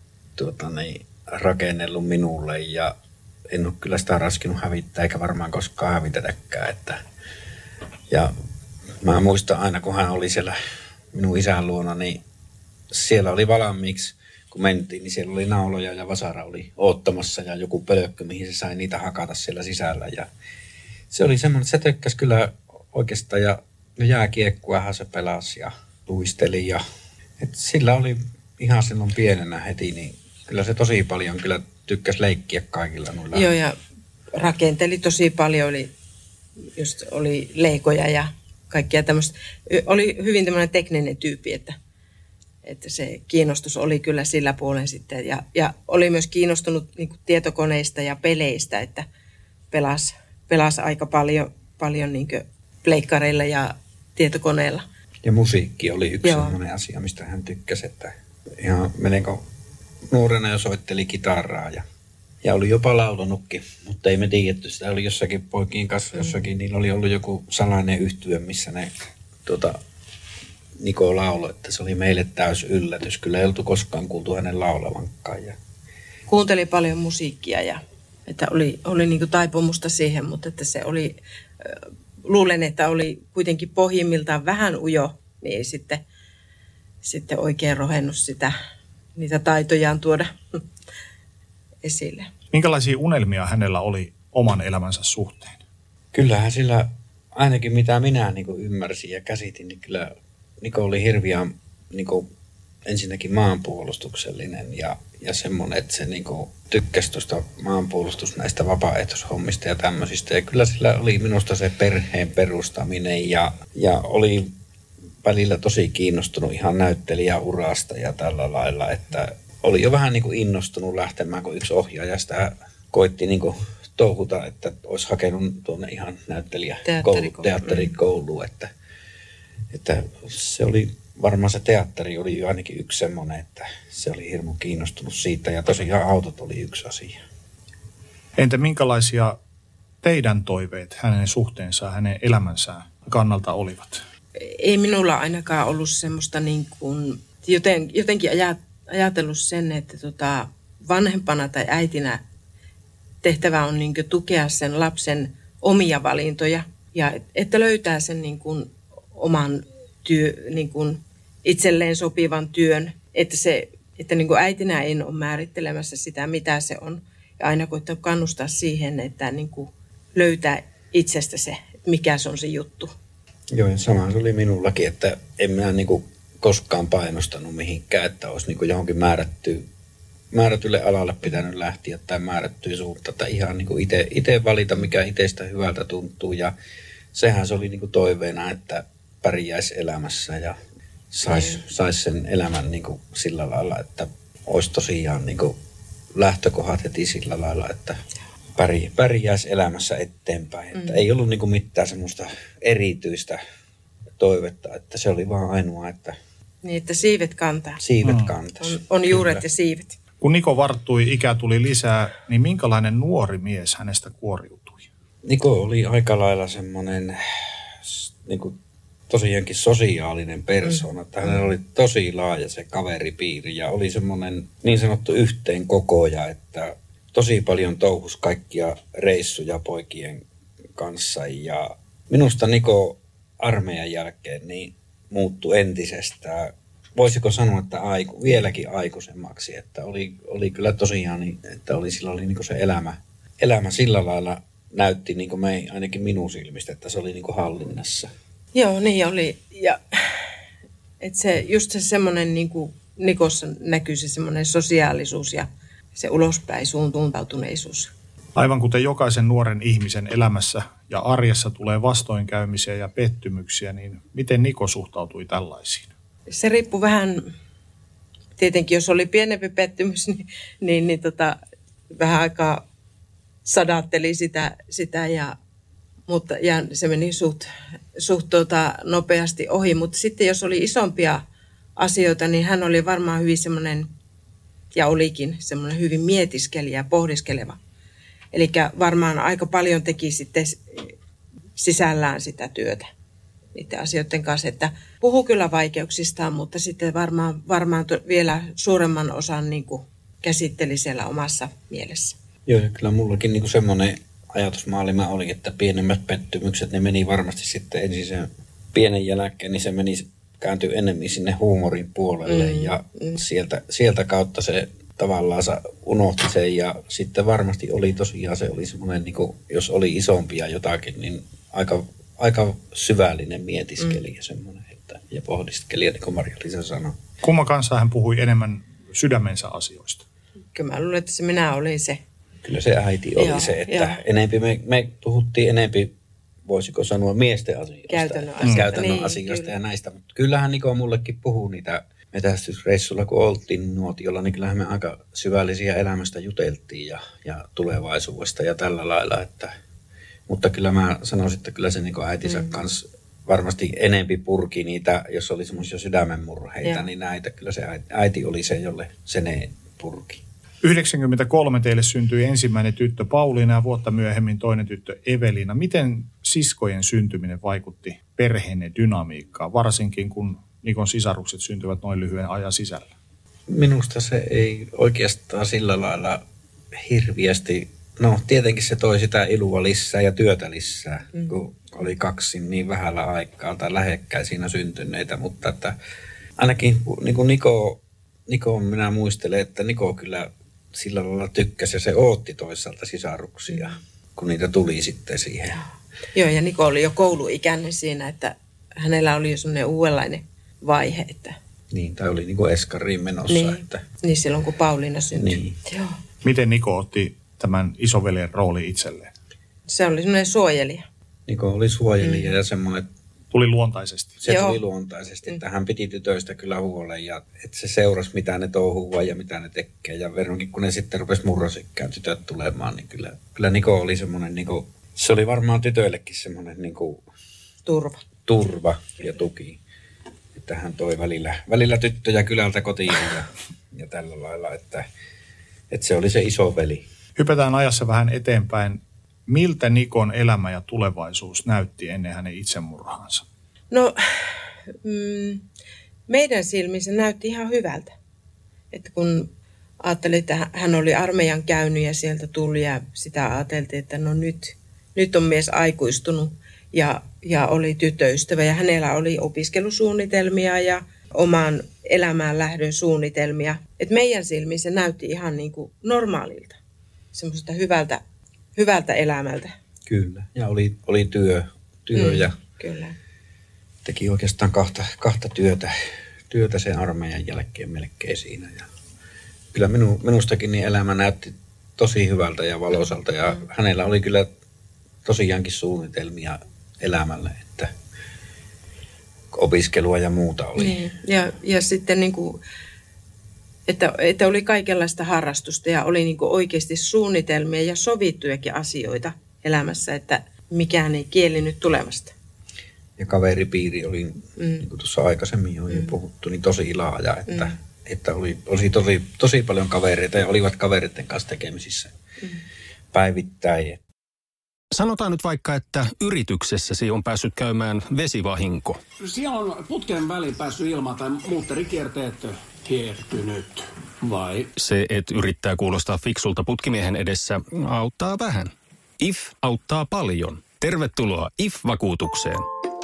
rakennellut minulle ja en ole kyllä sitä raskinut hävittää eikä varmaan koskaan hävitetäkään. Ja mä muistan aina, kun hän oli siellä minun isän luona, niin siellä oli valmiiksi, kun mentiin, niin siellä oli nauloja ja vasara oli oottamassa ja joku pölkkö, mihin se sai niitä hakata siellä sisällä. Ja se oli semmoinen, että se tökkäsi kyllä oikeastaan ja jääkiekkuahan se pelasi ja luisteli. Ja, sillä oli ihan silloin pienenä heti, niin kyllä se tosi paljon kyllä tykkäsi leikkiä kaikilla noilla. Joo, ja rakenteli tosi paljon, oli leikoja kaikkia tämmöistä. Oli hyvin tämmöinen tekninen tyyppi, että se kiinnostus oli kyllä sillä puolen sitten. Ja oli myös kiinnostunut niin kuin tietokoneista ja peleistä, että pelasi aika paljon niin kuin pleikkareilla ja tietokoneella. Ja musiikki oli yksi sellainen asia, mistä hän tykkäsi, että ihan melko nuorena jo soitteli kitaraa ja oli jopa laulanutkin, mutta ei me tiedetty. Sitä oli jossakin poikien kanssa, jossakin niillä oli ollut joku salainen yhtye, missä ne Niko lauloi, että se oli meille täys yllätys. Kyllä ei oltu koskaan kuultu hänen laulavankaan. Kuunteli paljon musiikkia ja että oli niin kuin taipumusta siihen, mutta että se oli, luulen, että oli kuitenkin pohjimmiltaan vähän ujo, niin ei sitten oikein rohennut niitä taitojaan tuoda esille. Minkälaisia unelmia hänellä oli oman elämänsä suhteen? Kyllähän sillä, ainakin mitä minä niin kuin ymmärsin ja käsitin, niin kyllä Niko oli hirveän niin kuin ensinnäkin maanpuolustuksellinen ja semmoinen, että se niin kuin tykkäsi tuosta maanpuolustus näistä vapaaehtoishommista ja tämmöisistä. Ja kyllä sillä oli minusta se perheen perustaminen ja oli välillä tosi kiinnostunut ihan näyttelijäurasta ja tällä lailla, että oli jo vähän niin kuin innostunut lähtemään, kun yksi ohjaaja sitä koitti niin kuin touhuta, että olisi hakenut tuonne ihan teatterikouluun, että se oli varmaan se teatteri oli jo ainakin yksi semmoinen, että se oli hirmu kiinnostunut siitä ja tosiaan autot oli yksi asia. Entä minkälaisia teidän toiveet hänen suhteensa, hänen elämänsä kannalta olivat? Ei minulla ainakaan ollut semmoista niin kuin, jotenkin ajatellut sen, että vanhempana tai äitinä tehtävä on niin kuin tukea sen lapsen omia valintoja ja että löytää sen niin kuin oman niin kuin itselleen sopivan työn, että niin kuin äitinä en ole määrittelemässä sitä, mitä se on. Ja aina koittaa kannustaa siihen, että niin kuin löytää itsestä se, mikä se on se juttu. Joo, ja sama se oli minullakin, että en minä niin kuin koskaan painostanut mihinkään, että olisi niin kuin johonkin määrätylle alalle pitänyt lähteä tai määrättyä suuntaan, tai ihan niin kuin itse valita, mikä itsestä hyvältä tuntuu. Ja sehän se oli niin kuin toiveena, että pärjäisi elämässä ja saisi sen elämän niin kuin sillä lailla, että olisi tosiaan niin kuin lähtökohdat heti sillä lailla, että pärjäisi elämässä eteenpäin. Että ei ollut niin kuin mitään semmoista erityistä toivetta, että se oli vaan ainoa, että niin, että siivet kantaa. Siivet kantaisi. On juuret ja siivet. Kun Niko varttui, ikä tuli lisää, niin minkälainen nuori mies hänestä kuoriutui? Niko oli aika lailla semmoinen niin kuin tosiaankin sosiaalinen persoona. Että hänellä oli tosi laaja se kaveripiiri ja oli semmoinen niin sanottu yhteenkokoja, että tosi paljon touhus kaikkia reissuja poikien kanssa. Ja minusta Niko armeijan jälkeen niin muuttui entisestään. Voisiko sanoa, että vieläkin aikuisemmaksi, että oli kyllä tosiaan, että sillä oli niin se elämä sillä lailla näytti niin kuin ainakin minun silmistä, että se oli niin kuin hallinnassa. Joo, niin oli. Ja että se just se semmoinen niin kuin Nikossa näkyy se semmoinen sosiaalisuus ja se ulospäin suuntautuneisuus. Aivan kuten jokaisen nuoren ihmisen elämässä ja arjessa tulee vastoinkäymisiä ja pettymyksiä, niin miten Niko suhtautui tällaisiin? Se riippui vähän, tietenkin jos oli pienempi pettymys, niin vähän aikaa sadatteli sitä ja se meni suht nopeasti ohi. Mutta sitten jos oli isompia asioita, niin hän oli varmaan hyvin semmoinen, ja olikin semmoinen hyvin mietiskelijä ja pohdiskeleva. Eli varmaan aika paljon teki sitten sisällään sitä työtä niiden asioiden kanssa, että puhuu kyllä vaikeuksistaan, mutta sitten varmaan vielä suuremman osan niin kuin käsitteli siellä omassa mielessä. Joo, ja kyllä mullakin niin kuin semmoinen ajatusmaailma oli, että pienemmät pettymykset, ne meni varmasti sitten ensin sen pienen jälkeen, niin se kääntyi enemmän sinne huumorin puolelle ja sieltä kautta se tavallaan unohti sen ja sitten varmasti oli tosiaan se oli semmoinen, niin kuin, jos oli isompia jotakin, niin aika syvällinen mietiskelijä semmoinen, ja pohdiskelija, niin kuin Marja-Liisa sanoi. Kumman kanssa hän puhui enemmän sydämensä asioista? Kyllä mä luulen, että minä olin se. Kyllä se äiti oli se, että enempi me puhuttiin enempi voisiko sanoa miesten asioista. Käytännön asioista kyllä. Ja näistä. Mutta kyllähän Niko mullekin puhuu niitä metästysreissulla, kun oltiin nuotiolla, niin kyllähän me aika syvällisiä elämästä juteltiin ja tulevaisuudesta ja tällä lailla. Mutta kyllä mä sanoisin, että kyllä se Niko äitinsä kanssa varmasti enempi purki niitä, jos oli semmoisia sydämenmurheita, niin näitä kyllä se äiti oli se, jolle se ne purki. 1993 teille syntyi ensimmäinen tyttö Pauliina ja vuotta myöhemmin toinen tyttö Evelina. Miten siskojen syntyminen vaikutti perheenne dynamiikkaan, varsinkin kun Nikon sisarukset syntyvät noin lyhyen ajan sisällä? Minusta se ei oikeastaan sillä lailla hirviästi. No tietenkin se toi sitä ilua lisää ja työtä lisää, kun oli kaksi niin vähällä aikaa tai lähekkäin siinä syntyneitä. Mutta että ainakin niin kuin Niko minä muistelen, että Niko kyllä sillä lailla tykkäsi ja se ootti toisaalta sisaruksia, kun niitä tuli sitten siihen. Joo, ja Niko oli jo kouluikäinen siinä, että hänellä oli jo semmoinen uudenlainen vaihe. Että... Niin, tai oli niin kuin eskariin menossa. Niin, että... niin silloin kun Pauliina syntyi. Niin. Joo. Miten Niko otti tämän isoveljen rooli itselleen? Se oli semmoinen suojelija. Niko oli suojelija ja semmoinen... Tuli luontaisesti. Tuli luontaisesti, että hän piti tytöistä kyllä huolen ja että se seurasi mitä ne touhuu ja mitä ne tekee. Ja verrankin kun ne sitten rupesi murrosikkään tytöt tulemaan, niin kyllä Niko oli semmoinen, se oli varmaan tytöillekin semmoinen turva ja tuki. Että hän toi välillä tyttöjä kylältä kotiin ja tällä lailla, että se oli se iso veli. Hypätään ajassa vähän eteenpäin. Miltä Nikon elämä ja tulevaisuus näytti ennen hänen itsemurhaansa? No, meidän silmissä näytti ihan hyvältä. Että kun ajattelin, että hän oli armeijan käynyt ja sieltä tuli ja sitä ajateltiin, että no nyt on mies aikuistunut ja oli tyttöystävä ja hänellä oli opiskelusuunnitelmia ja oman elämään lähdön suunnitelmia. Et meidän silmissä näytti ihan niin kuin normaalilta, semmoista hyvältä elämältä. Kyllä, ja oli työ ja kyllä. Teki oikeastaan kahta työtä sen armeijan jälkeen melkein siinä. Ja kyllä minustakin niin elämä näytti tosi hyvältä ja valoisalta ja hänellä oli kyllä tosiaankin suunnitelmia elämälle, että opiskelua ja muuta oli. Niin. Ja sitten niin kuin, että oli kaikenlaista harrastusta ja oli niin kuin oikeasti suunnitelmia ja sovittujakin asioita elämässä, että mikään ei kielinyt tulevasta. Ja kaveripiiri oli, niin kuin tuossa aikaisemmin jo puhuttu, niin tosi laaja, että oli tosi paljon kavereita ja olivat kavereiden kanssa tekemisissä päivittäin. Sanotaan nyt vaikka, että yrityksessäsi on päässyt käymään vesivahinko. Siellä on putken väliin päässyt ilma tai muutterikierteet kiertynyt, vai? Se, että yrittää kuulostaa fiksulta putkimiehen edessä, auttaa vähän. IF auttaa paljon. Tervetuloa IF-vakuutukseen.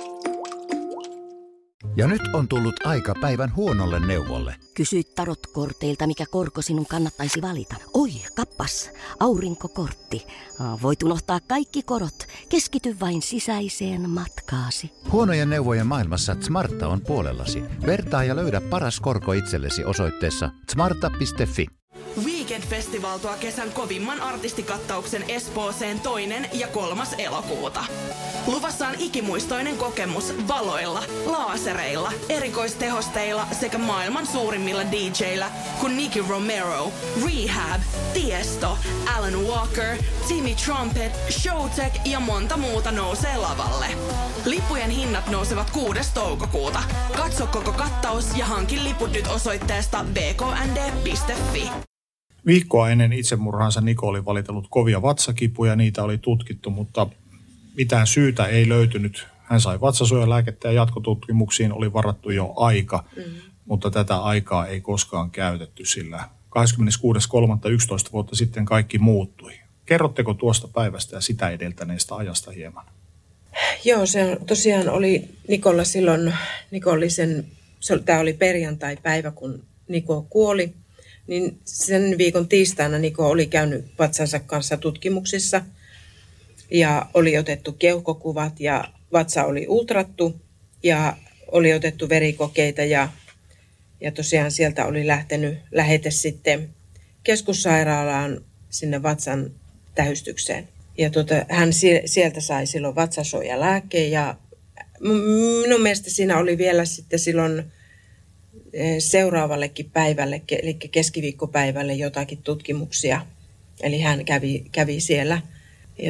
Ja nyt on tullut aika päivän huonolle neuvolle. Kysy tarotkorteilta, mikä korko sinun kannattaisi valita. Oi, kappas, aurinkokortti. Voit unohtaa kaikki korot. Keskity vain sisäiseen matkaasi. Huonojen neuvojen maailmassa Smarta on puolellasi. Vertaa ja löydä paras korko itsellesi osoitteessa smarta.fi. Weekend-festival tuo kesän kovimman artistikattauksen Espooseen 2. ja 3. elokuuta. Luvassa on ikimuistoinen kokemus valoilla, laasereilla, erikoistehosteilla sekä maailman suurimmilla DJillä kuin Nicky Romero, Rehab, Tiesto, Alan Walker, Timmy Trumpet, Showtek ja monta muuta nousee lavalle. Lippujen hinnat nousevat 6. toukokuuta. Katso koko kattaus ja hankin liput nyt osoitteesta bknd.fi. Viikkoa ennen itsemurhaansa Niko oli valitellut kovia vatsakipuja, niitä oli tutkittu, mutta mitään syytä ei löytynyt. Hän sai vatsasuojalääkettä ja jatkotutkimuksiin oli varattu jo aika, mutta tätä aikaa ei koskaan käytetty, sillä 26.3.11 vuotta sitten kaikki muuttui. Kerrotteko tuosta päivästä ja sitä edeltäneestä ajasta hieman? Joo, se tosiaan oli Nikolla silloin, tämä oli perjantai-päivä, kun Niko kuoli. Niin sen viikon tiistaina Niko oli käynyt vatsansa kanssa tutkimuksissa ja oli otettu keuhkokuvat ja vatsa oli ultrattu ja oli otettu verikokeita ja tosiaan sieltä oli lähtenyt lähete sitten keskussairaalaan sinne vatsan tähystykseen. Ja hän sieltä sai silloin vatsasuojalääkkeen ja minun mielestä siinä oli vielä sitten silloin seuraavallekin päivälle, eli keskiviikkopäivälle jotakin tutkimuksia. Eli hän kävi siellä. Ja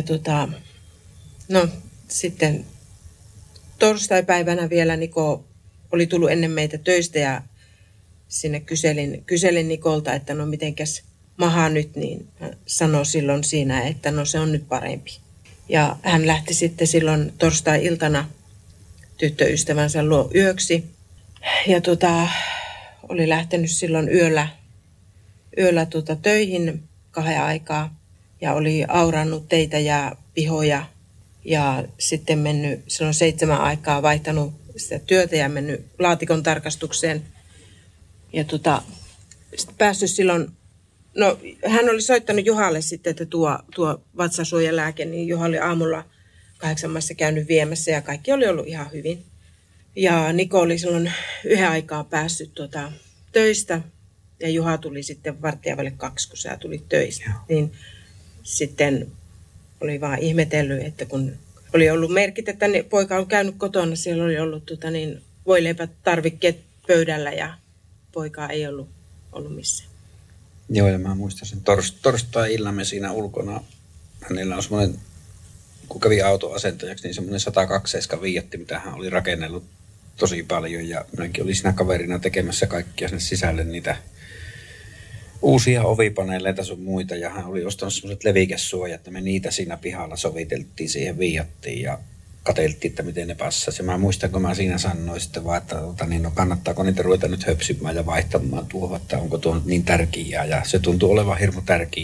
sitten torstaipäivänä vielä Niko oli tullut ennen meitä töistä ja sinne kyselin Nikolta, että no mitenkäs maha nyt, niin hän sanoi silloin siinä, että no se on nyt parempi. Ja hän lähti sitten silloin torstai-iltana tyttöystävänsä luo yöksi. Ja oli lähtenyt silloin yöllä töihin 2 aikaa ja oli aurannut teitä ja pihoja ja sitten mennyt silloin 7 aikaa vaihtanut sitä työtä ja mennyt laatikon tarkastukseen. Ja sitten päässyt silloin, no hän oli soittanut Juhalle sitten, että tuo vatsasuojalääke, niin Juha oli aamulla 8 käynyt viemässä ja kaikki oli ollut ihan hyvin. Ja Niko oli silloin 1 aikaa päässyt töistä ja Juha tuli sitten 1:15, kun sä tulit töistä. Niin sitten oli vaan ihmetellyt, että kun oli ollut merkit, että poika oli käynyt kotona, siellä oli ollut voileipätarvikkeet pöydällä ja poikaa ei ollut missään. Joo, ja mä muistan sen torstai-illan me siinä ulkona. Hänellä on semmoinen, kun kävi autoasentajaksi, niin semmoinen 102 Viatti, mitä hän oli rakennellut tosi paljon. Ja minäkin olin siinä kaverina tekemässä kaikkia sinne sisälle niitä uusia ovipaneeleita sun muita. Ja hän oli ostanut semmoiset levikesuojat, että me niitä siinä pihalla soviteltiin siihen Viattiin ja katseltiin, että miten ne passasi. Ja mä muistan, kun mä siinä sanoin sitten vaan, että no kannattaako niitä ruveta nyt höpsimään ja vaihtamaan tuohon, että onko tuo niin tärkeää. Ja se tuntuu olevan hirmu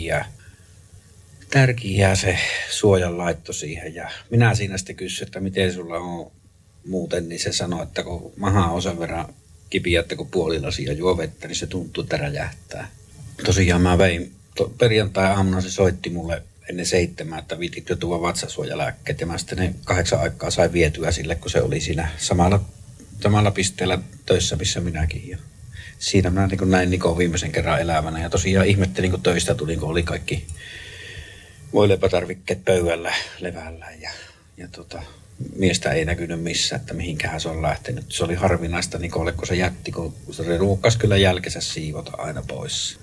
tärkeää se suojan laitto siihen. Ja minä siinä sitten kysyin, että miten sulla on muuten, niin se sanoi, että kun maha on sen verran kipiä, että kun puolilasia juo vettä, niin se tuntuu, että räjähtää. Tosiaan mä vein, perjantai-aamuna se soitti mulle ennen 7, että viititkö tuo vatsasuojalääkkeet. Ja mä sitten ne 8 aikaa sain vietyä sille, kun se oli siinä samalla pisteellä töissä, missä minäkin. Ja siinä mä niin näin Nikon viimeisen kerran elävänä. Ja tosiaan ihmettelin, kun töistä tuli, kun oli kaikki voileipätarvikkeet pöydällä levällä. Ja miestä ei näkynyt missään, että mihinkähän se on lähtenyt. Se oli harvinaista Nikolle, kun se jätti, kun se ruukkasi kyllä jälkensä siivota aina poissa,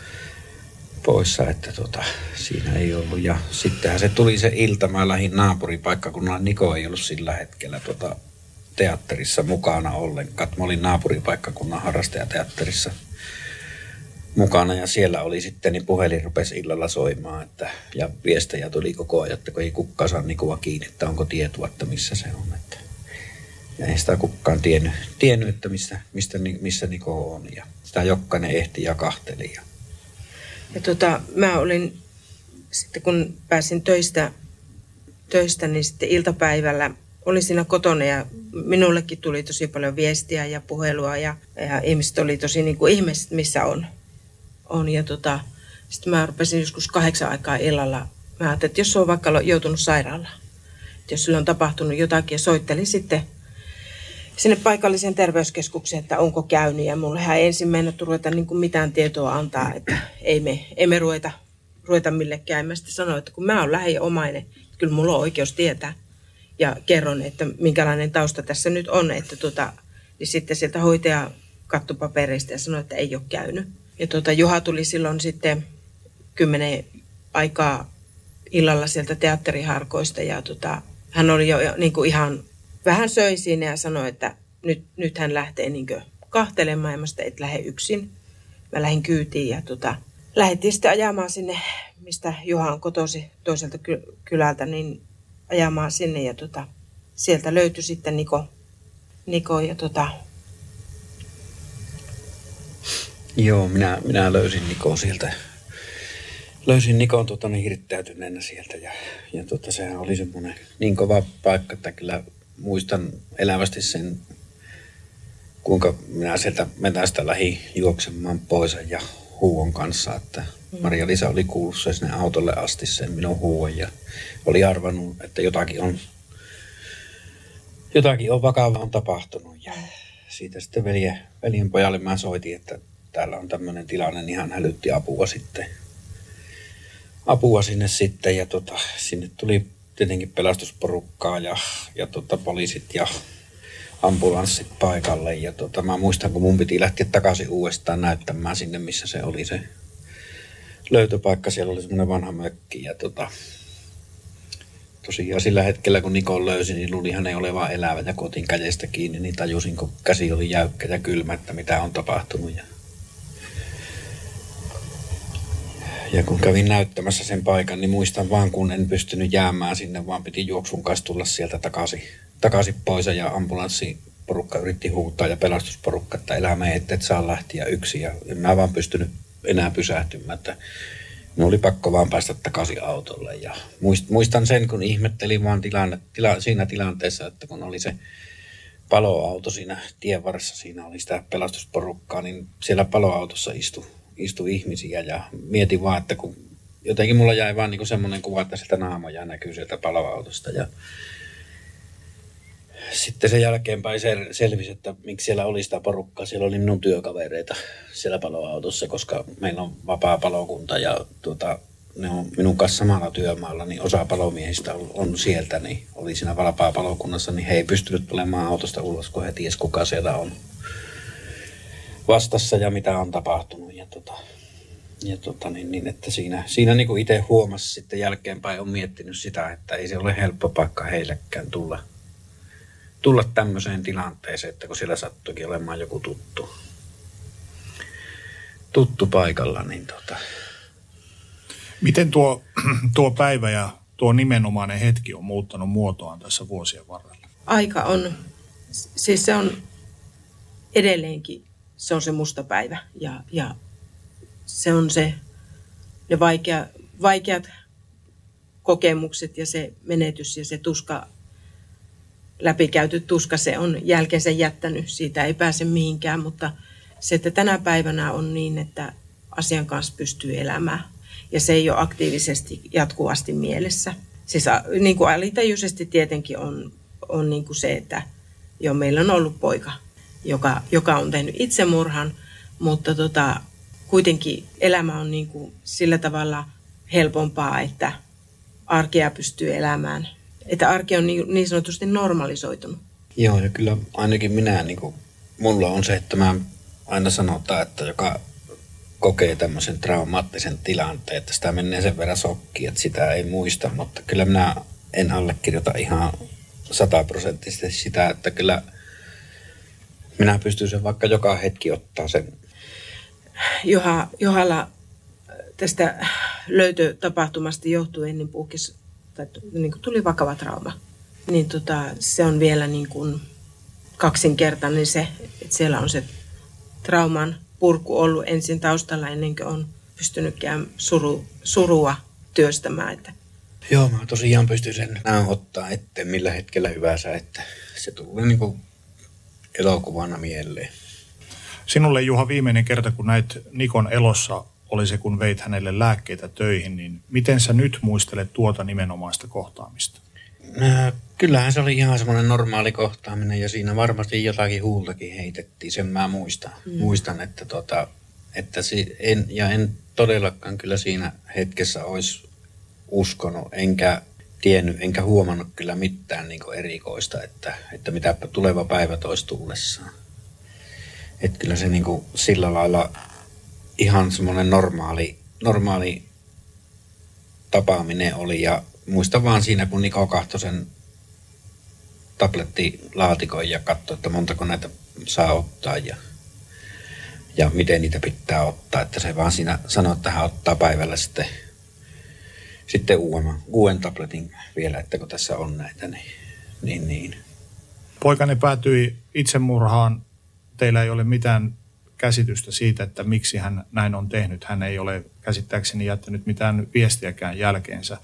että siinä ei ollut. Ja sittenhän se tuli se ilta, mä lähdin naapuripaikkakunnan. Niko ei ollut sillä hetkellä teatterissa mukana ollenkaan. Mä olin naapuripaikkakunnan harrastajateatterissa mukana ja siellä oli sitten, niin puhelin rupesi illalla soimaan, ja viestejä tuli koko ajan, että kun ei kukaan saa Nikoa kiinni, että onko tietoa, että missä se on. Ja ei sitä kukaan tiennyt että missä Niko on. Ja sitä jokainen ehti ja kahteli. Ja mä olin sitten, kun pääsin töistä, niin sitten iltapäivällä olin siinä kotona ja minullekin tuli tosi paljon viestiä ja puhelua ja ihmiset oli tosi niin kuin ihmiset, missä on. Ja sitten mä rupesin joskus 8 aikaa illalla. Mä ajattelin, että jos se on vaikka joutunut sairaalaan, että jos sillä on tapahtunut jotakin ja soittelin sitten sinne paikalliseen terveyskeskukseen, että onko käynyt. Ja mullehän ei ensin mennä ruveta niin kuin mitään tietoa antaa, että ei me ruveta millekään. Mä sitten sanoin, että kun mä oon lähiomainen, että kyllä mulla on oikeus tietää. Ja kerron, että minkälainen tausta tässä nyt on. Että niin sitten sieltä hoitaja katsoi papereista ja sanoi, että ei ole käynyt. Ja Juha tuli silloin sitten 10 aikaa illalla sieltä teatteriharkoista. Ja hän oli jo niin kuin ihan vähän söi siinä ja sanoi, että nyt hän lähtee niin kuin kahtelemaan. Ja mä sitten et lähde yksin. Mä lähdin kyytiin ja lähdettiin sitten ajamaan sinne, mistä Juha on kotosi toiselta kylältä, niin ajamaan sinne. Ja sieltä löytyi sitten Niko ja Joo, minä löysin Nikon sieltä. Löysin Nikon hirttäytyneenä sieltä ja sehän oli semmoinen niin kova paikka, että kyllä muistan elävästi sen, kuinka minä sieltä metästä lähdin juoksemaan pois ja huuon kanssa, että Maria-Liisa oli kuullut sen sinne autolle asti sen minun huuon ja oli arvannut, että jotakin on vakavaa tapahtunut ja siitä sitten veljen pojalle mä soitin, että täällä on tämmöinen tilanne, niin hän hälytti apua sitten apua sinne sitten ja sinne tuli tietenkin pelastusporukkaa ja poliisit ja ambulanssit paikalle. Ja mä muistan, kun mun piti lähteä takaisin uudestaan näyttämään sinne, missä se oli se löytöpaikka. Siellä oli semmoinen vanha mökki ja tosiaan sillä hetkellä, kun Nikon löysi, niin luuli hänen olevan elävä ja kotin kädestä kiinni, niin tajusin, kun käsi oli jäykkä ja kylmä, että mitä on tapahtunut. Ja kun kävin näyttämässä sen paikan, niin muistan vaan, kun en pystynyt jäämään sinne, vaan piti juoksun kanssa tulla sieltä takaisin pois. Ja ambulanssiporukka yritti huutaa ja pelastusporukka, että elämä et saa lähteä yksin. Ja en mä vaan pystynyt enää pysähtymään, että minun oli pakko vaan päästä takaisin autolle. Ja muistan sen, kun ihmettelin vaan siinä tilanteessa, että kun oli se paloauto siinä tien varressa, siinä oli sitä pelastusporukkaa, niin siellä paloautossa istui ihmisiä ja mietin vaan, että kun jotenkin mulla jäi vaan niin semmoinen kuva, että sieltä naamoja näkyy sieltä paloautosta. Ja sitten sen jälkeenpäin selvisi, että miksi siellä oli sitä porukkaa. Siellä oli minun työkavereita siellä paloautossa, koska meillä on vapaa palokunta ja ne on minun kanssa samalla työmaalla, niin osa palomiehistä on sieltä, niin oli siinä vapaa palokunnassa, niin he ei pystynyt tulemaan autosta ulos, kun he ties kuka siellä on vastassa ja mitä on tapahtunut. Niin että siinä niin kuin itse huomasi sitten jälkeenpäin on miettinyt sitä, että ei se ole helppo paikka heillekään tulla tämmöiseen tilanteeseen, että kun siellä sattuikin olemaan joku tuttu paikalla, niin Miten tuo päivä ja tuo nimenomainen hetki on muuttanut muotoaan tässä vuosien varrella? Aika on, siis se on edelleenkin, se on se musta päivä ja se on ne vaikeat kokemukset ja se menetys ja se tuska, läpikäyty tuska, se on jälkeensä jättänyt, siitä ei pääse mihinkään, mutta se, että tänä päivänä on niin, että asian kanssa pystyy elämään ja se ei ole aktiivisesti jatkuvasti mielessä. Siis niin kuin alitajuisesti tietenkin on niin kuin se, että meillä on ollut poika, joka on tehnyt itsemurhan, mutta kuitenkin elämä on niin kuin sillä tavalla helpompaa, että arkea pystyy elämään. Että arki on niin sanotusti normalisoitunut. Joo, ja kyllä ainakin minä, mulla on se, että mä aina sanotaan, että joka kokee tämmöisen traumaattisen tilanteen, että sitä menee sen verran sokkiin, että sitä ei muista, mutta kyllä minä en allekirjoita ihan 100% sitä, että kyllä minä pystyn sen vaikka joka hetki ottaa sen. Johalla tästä löytötapahtumasta johtuen niin puhkesi, niin kuin tuli vakava trauma. Niin se on vielä niin kuin kaksinkertainen se, että siellä on se trauman purku ollut ensin taustalla ennen kuin on pystynytkään surua työstämään. Että. Joo, mä tosiaan pystyn sen ottaa eteen millä hetkellä hyvänsä, että se tulee niin kuin elokuvana mieleen. Sinulle, Juha, viimeinen kerta, kun näit Nikon elossa, oli se, kun veit hänelle lääkkeitä töihin, niin miten sä nyt muistelet tuota nimenomaista kohtaamista? Kyllähän se oli ihan semmoinen normaali kohtaaminen ja siinä varmasti jotakin huultakin heitettiin, sen mä muistan. Muistan, että en todellakaan kyllä siinä hetkessä olisi uskonut, enkä tiennyt, enkä huomannut kyllä mitään niin kuin erikoista, että mitä tuleva päivä toisi tullessaan. Että kyllä se niin kuin sillä lailla ihan semmoinen normaali tapaaminen oli ja muistan vaan siinä, kun Niko katsoi sen tablettilaatikon ja katsoi, että montako näitä saa ottaa ja miten niitä pitää ottaa. Että se vaan siinä sanoi, että hän ottaa päivällä sitten uuden tabletin vielä, että kun tässä on näitä, niin. Poikanne päätyi itsemurhaan. Teillä ei ole mitään käsitystä siitä, että miksi hän näin on tehnyt. Hän ei ole käsittääkseni jättänyt mitään viestiäkään jälkeensä.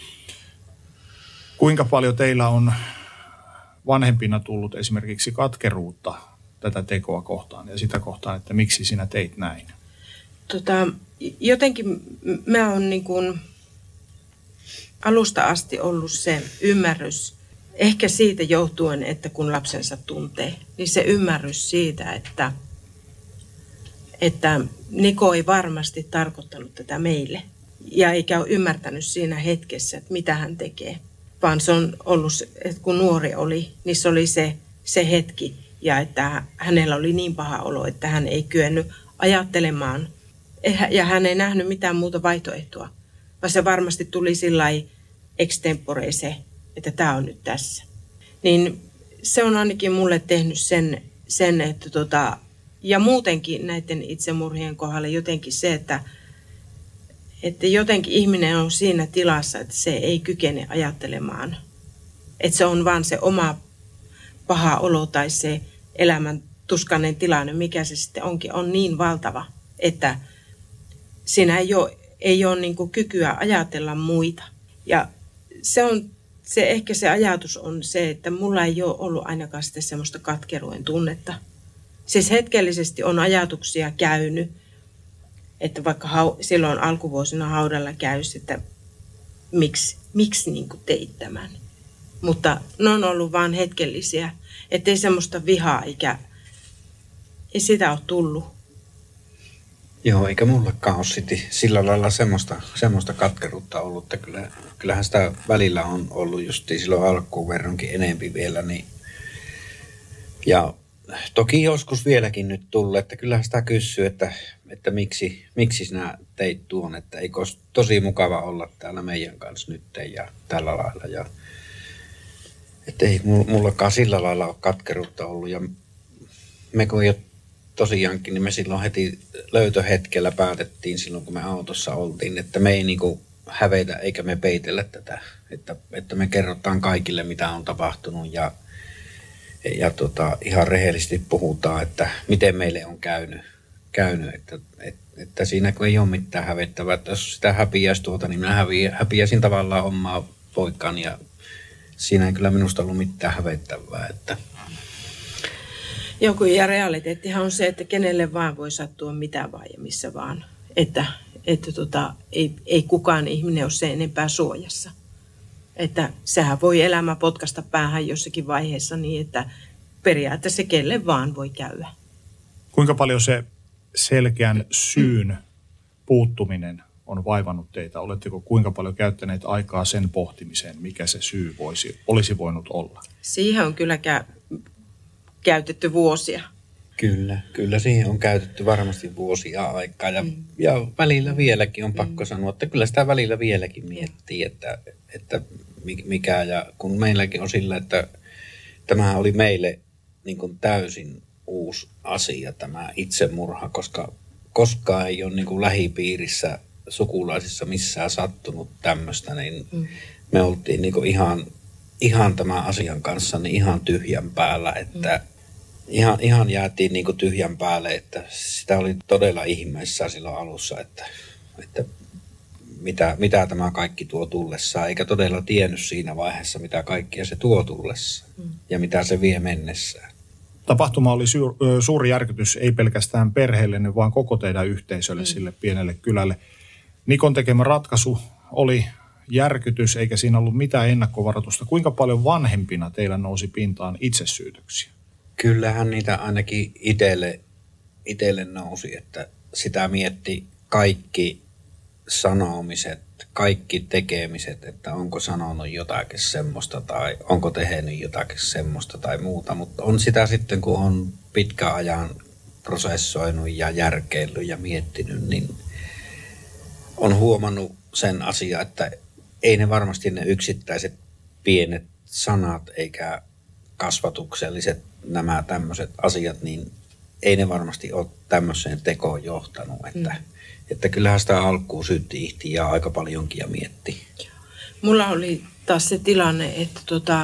Kuinka paljon teillä on vanhempina tullut esimerkiksi katkeruutta tätä tekoa kohtaan ja sitä kohtaan, että miksi sinä teit näin? Jotenkin mä oon niin kuin alusta asti ollut se ymmärrys, ehkä siitä johtuen, että kun lapsensa tuntee, niin se ymmärrys siitä, että Niko ei varmasti tarkoittanut tätä meille. ja eikä ole ymmärtänyt siinä hetkessä, että mitä hän tekee. Vaan se on ollut, että kun nuori oli, niin se oli se hetki. Ja että hänellä oli niin paha olo, että hän ei kyennyt ajattelemaan. Ja hän ei nähnyt mitään muuta vaihtoehtoa. Vaan se varmasti tuli sillai extempore se, että tämä on nyt tässä. Niin se on ainakin mulle tehnyt sen että ja muutenkin näiden itsemurhien kohdalla jotenkin se, että jotenkin ihminen on siinä tilassa, että se ei kykene ajattelemaan. Että se on vaan se oma paha olo tai se elämän tuskainen tilanne, mikä se sitten onkin, on niin valtava, että siinä ei ole niin kuin kykyä ajatella muita. Ja ehkä se ajatus on se, että mulla ei ole ollut ainakaan sitten semmoista katkeruuden tunnetta. Siis hetkellisesti on ajatuksia käynyt, että vaikka silloin alkuvuosina haudalla käys, että miksi niin kuin teit tämän. Mutta ne on ollut vaan hetkellisiä, ettei semmoista vihaa ei sitä ole tullut. Joo, eikä mullakaan ole sillä lailla semmoista katkeruutta ollut, että kyllähän sitä välillä on ollut justiin silloin alkuun verrankin enempi vielä. Niin. Ja toki joskus vieläkin nyt tullut, että kyllähän sitä kysyy, että miksi sinä teit tuon, että eikö olisi tosi mukava olla täällä meidän kanssa nyt ja tällä lailla. Ja, että ei mullakaan sillä lailla ole katkeruutta ollut ja me kun jo tosiaankin, niin me silloin heti löytöhetkellä päätettiin silloin, kun me autossa oltiin, että me ei niinku hävetä eikä me peitellä tätä, että me kerrotaan kaikille, mitä on tapahtunut ja ihan rehellisesti puhutaan, että miten meille on käynyt että siinä kun ei ole mitään hävettävää, että jos sitä häpiäisi niin minä häpiäisin tavallaan omaa poikani ja siinä ei kyllä minusta ollut mitään hävettävää, että joku ja realiteettihan on se, että kenelle vaan voi sattua mitä vaan ja missä vaan. Että ei kukaan ihminen ole sen enempää suojassa. Että sehän voi elämä potkasta päähän jossakin vaiheessa niin, että periaatteessa se kelle vaan voi käydä. Kuinka paljon se selkeän syyn puuttuminen on vaivannut teitä? Oletteko kuinka paljon käyttäneet aikaa sen pohtimiseen, mikä se syy olisi voinut olla? Siihen on kyllä käytetty vuosia. Kyllä siihen on käytetty varmasti vuosia aikaa ja välillä vieläkin on pakko sanoa, että kyllä sitä välillä vieläkin miettii, että mikä ja kun meilläkin on sillä, että tämähän oli meille niin kuin täysin uusi asia tämä itsemurha, koska koskaan ei ole niin kuin lähipiirissä sukulaisissa missään sattunut tämmöistä, niin me oltiin niin kuin ihan tämän asian kanssa niin ihan tyhjän päällä, että ihan jäätiin niin kuin tyhjän päälle, että sitä oli todella ihmeissään silloin alussa, että mitä tämä kaikki tuo tullessaan, eikä todella tiennyt siinä vaiheessa, mitä kaikkia se tuo tullessaan ja mitä se vie mennessään. Tapahtuma oli suuri järkytys, ei pelkästään perheelle, vaan koko teidän yhteisölle, sille pienelle kylälle. Nikon tekemä ratkaisu oli järkytys, eikä siinä ollut mitään ennakkovaroitusta. Kuinka paljon vanhempina teillä nousi pintaan itsesyytöksiä? Kyllähän niitä ainakin itselle nousi, että sitä mietti kaikki sanomiset, kaikki tekemiset, että onko sanonut jotakin semmoista tai onko tehnyt jotakin semmoista tai muuta. Mutta on sitä sitten, kun on pitkän ajan prosessoinut ja järkeillyt ja miettinyt, niin on huomannut sen asian, että ei ne varmasti ne yksittäiset pienet sanat eikä kasvatukselliset nämä tämmöiset asiat, niin ei ne varmasti ole tämmöiseen tekoon johtanut. Että kyllähän sitä alkuun syytti ihtiä aika paljonkin ja mietti. Mulla oli taas se tilanne, että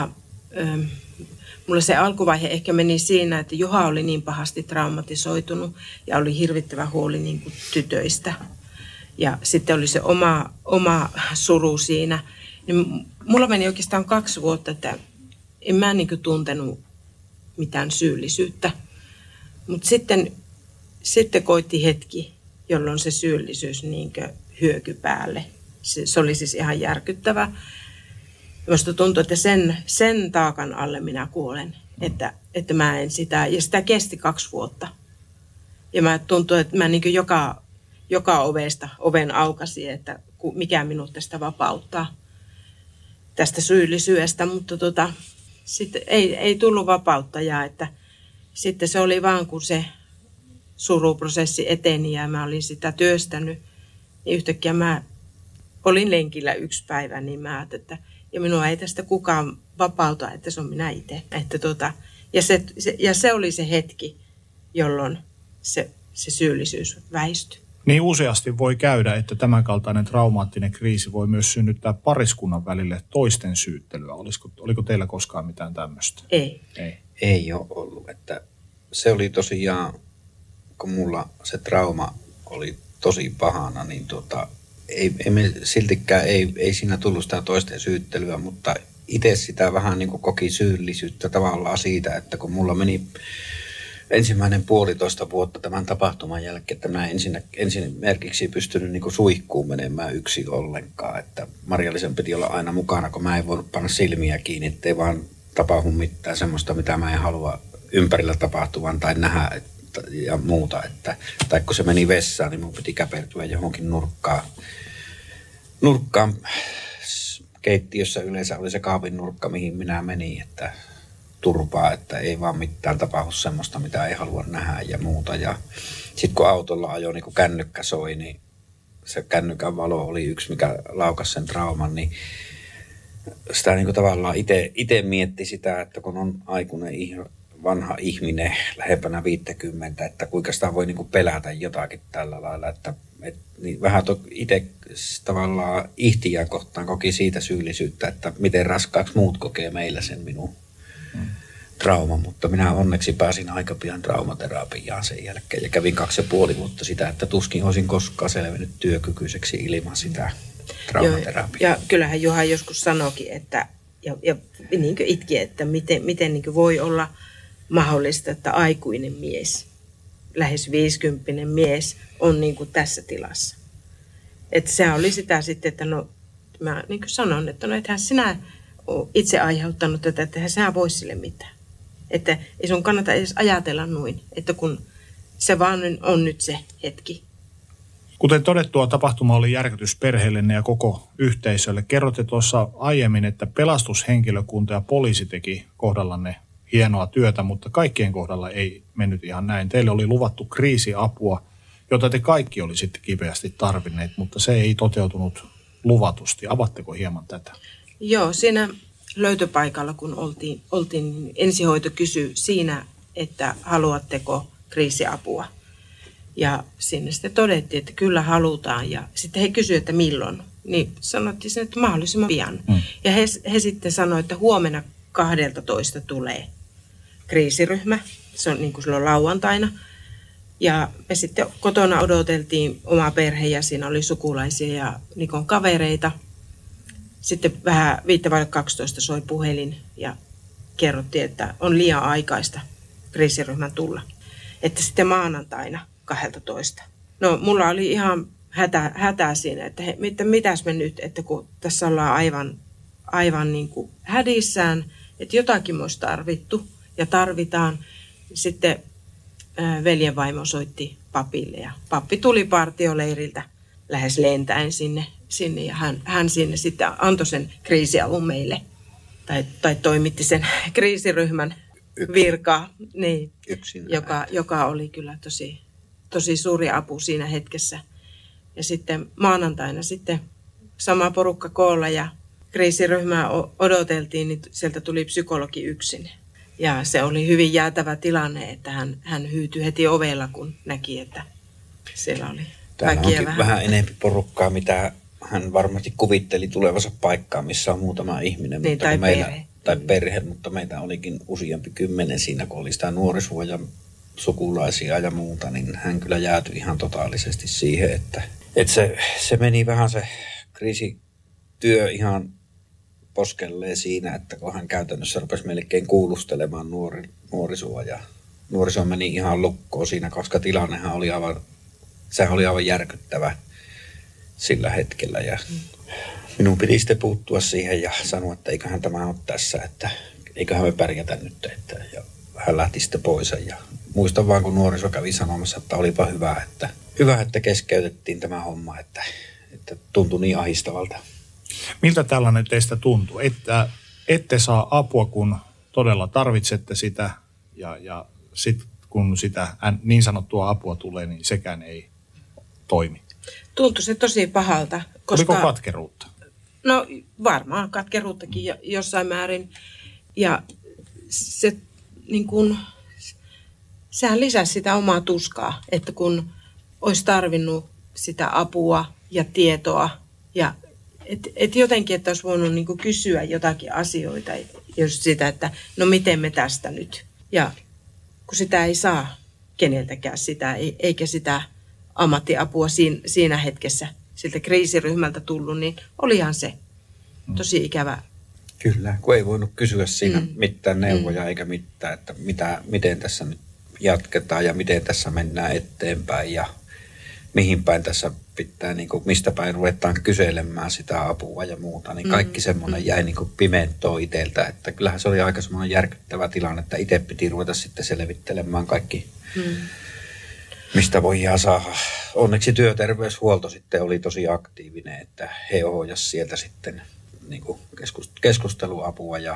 mulla se alkuvaihe ehkä meni siinä, että Juha oli niin pahasti traumatisoitunut ja oli hirvittävä huoli niin kuin tytöistä. Ja sitten oli se oma suru siinä. Niin mulla meni oikeastaan 2 vuotta, että en mä niin kuin tuntenut mitään syyllisyyttä. Mutta sitten koitti hetki, jolloin se syyllisyys niin kuin hyöky päälle. Se oli siis ihan järkyttävä. Minusta tuntui, että sen taakan alle minä kuolen, että mä en sitä. Ja sitä kesti 2 vuotta. Ja mä tuntui, että mä niin kuin joka ovesta oven aukasi, että mikä minut tästä vapauttaa, tästä syyllisyydestä, mutta sitten ei tullut vapauttajaa, että sitten se oli vaan, kun se suruprosessi eteni ja mä olin sitä työstänyt, niin yhtäkkiä mä olin lenkillä yksi päivä, niin mä ajattelin, että ja minua ei tästä kukaan vapauta, että se on minä itse. Ja se oli se hetki, jolloin se syyllisyys väistyi. Niin useasti voi käydä, että tämänkaltainen traumaattinen kriisi voi myös synnyttää pariskunnan välille toisten syyttelyä. Oliko teillä koskaan mitään tämmöistä? Ei ole ollut. Että se oli tosiaan, kun mulla se trauma oli tosi pahana, niin siltikään ei siinä tullut sitä toisten syyttelyä, mutta itse sitä vähän niin kuin koki syyllisyyttä tavallaan siitä, että kun mulla meni ensimmäinen 1,5 vuotta tämän tapahtuman jälkeen, että mä ensimmäiseksi pystynyt niin kuin suihkuun menemään yksin ollenkaan, että Marja-Liisan piti olla aina mukana, kun mä en voinut panna silmiä kiinni, ettei vaan tapahdu mitään semmoista, mitä mä en halua ympärillä tapahtuvan tai nähdä ja muuta, tai kun se meni vessaan, niin mun piti käpertyä johonkin nurkkaan keittiössä yleensä oli se kaapin nurkka, mihin minä menin, että turvaa, että ei vaan mitään tapahdu semmoista, mitä ei halua nähdä ja muuta. Ja sitten kun autolla ajoi, niin kun kännykkä soi, niin se kännykän valo oli yksi, mikä laukasi sen trauman, niin sitä niin kuin tavallaan itse mietti sitä, että kun on aikuinen vanha ihminen lähempänä 50, että kuinka sitä voi niin kuin pelätä jotakin tällä lailla, että niin vähän itse tavallaan ihtiä kohtaan koki siitä syyllisyyttä, että miten raskaaksi muut kokee meillä sen minun trauman, mutta minä onneksi pääsin aika pian traumaterapiaan sen jälkeen ja kävin 2,5 vuotta sitä, että tuskin olisin koskaan selvinnyt työkykyiseksi ilman sitä traumaterapiaa. Ja kyllähän Juha joskus sanoikin, että ja niin kuin itki, että miten niin kuin voi olla mahdollista, että aikuinen mies, lähes 50 mies on niin kuin tässä tilassa. Että se oli sitä sitten, että no mä niin kuin sanon, että no ethän sinä ole itse aiheuttanut tätä, että eihän sinä voi sille mitään. Että ei sun kannata edes ajatella noin, että kun se vaan on nyt se hetki. Kuten todettua, tapahtuma oli järkytys perheellenne ja koko yhteisölle. Kerrotte tuossa aiemmin, että pelastushenkilökunta ja poliisi teki kohdallanne hienoa työtä, mutta kaikkien kohdalla ei mennyt ihan näin. Teille oli luvattu kriisiapua, jota te kaikki olisitte kipeästi tarvinneet, mutta se ei toteutunut luvatusti. Avatteko hieman tätä? Joo, siinä löytöpaikalla, kun oltiin ensihoito kysyi siinä, että haluatteko kriisiapua. Ja sinne sitten todettiin, että kyllä halutaan. Ja sitten he kysyivät, että milloin. Niin sanottiin sen, että mahdollisimman pian. Ja he sitten sanoivat, että huomenna 12 tulee kriisiryhmä. Se on niin kuin silloin lauantaina. Ja me sitten kotona odoteltiin omaa perhe ja siinä oli sukulaisia ja Nikon kavereita. Sitten vähän 11:55 soi puhelin ja kerrottiin, että on liian aikaista kriisiryhmän tulla. Että sitten maanantaina 12. No mulla oli ihan hätää siinä, että mitäs me nyt, että kun tässä ollaan aivan niin kuin hädissään, että jotakin me olisi tarvittu ja tarvitaan. Sitten veljenvaimo soitti papille ja pappi tuli partioleiriltä lähes lentäen sinne ja hän sinne sitten antoi sen kriisiavun meille tai toimitti sen kriisiryhmän virkaa, niin, joka oli kyllä tosi suuri apu siinä hetkessä. Ja sitten maanantaina sitten sama porukka koolla ja kriisiryhmää odoteltiin, niin sieltä tuli psykologi yksin. Ja se oli hyvin jäätävä tilanne, että hän hyytyi heti ovella, kun näki, että siellä oli kaikkia vähän enemmän porukkaa, mitä hän varmasti kuvitteli tulevansa paikkaan, missä on muutama ihminen. Niin, mutta perhe, mutta meitä olikin useampi 10 siinä, kun oli sitä nuorisoa ja sukulaisia ja muuta, niin hän kyllä jäätyi ihan totaalisesti siihen, että se meni vähän se kriisityö ihan poskelleen siinä, että kun hän käytännössä rupesi melkein kuulustelemaan nuorisoa ja nuoriso meni ihan lukkoon siinä, koska tilannehan oli aivan järkyttävä sillä hetkellä ja minun piti sitten puuttua siihen ja sanoa, että eiköhän tämä ole tässä, että eiköhän me pärjätä nyt, ja hän lähti sitten pois ja muistan vaan, kun nuoriso kävi sanomassa, että olipa hyvä, että keskeytettiin tämä homma, että että tuntui niin ahdistavalta. Miltä tällainen teistä tuntuu, että ette saa apua, kun todella tarvitsette sitä ja sitten kun sitä niin sanottua apua tulee, niin sekään ei toimi? Tuntui se tosi pahalta. Oliko katkeruutta? No varmaan katkeruuttakin jossain määrin. Ja se niin kun, sehän lisäsi sitä omaa tuskaa, että kun olisi tarvinnut sitä apua ja tietoa ja et jotenkin, että olisi voinut niin kun kysyä jotakin asioita, just sitä, että no miten me tästä nyt. Ja kun sitä ei saa keneltäkään sitä, eikä sitä ammattiapua siinä hetkessä siltä kriisiryhmältä tullut, niin olihan se tosi ikävä. Kyllä, kun ei voinut kysyä siinä mitään neuvoja eikä mitään, että miten tässä nyt jatketaan ja miten tässä mennään eteenpäin ja mihin päin tässä pitää, niin kuin, mistä päin ruvetaan kyselemään sitä apua ja muuta. Niin kaikki semmoinen jäi niin kuin pimentoon itseltä, että kyllähän se oli aika semmoinen järkyttävä tilanne, että itse piti ruveta sitten selvittelemään kaikki, mistä voidaan saada. Onneksi työterveyshuolto sitten oli tosi aktiivinen, että he ohjasivat sieltä sitten niin kuin keskusteluapua ja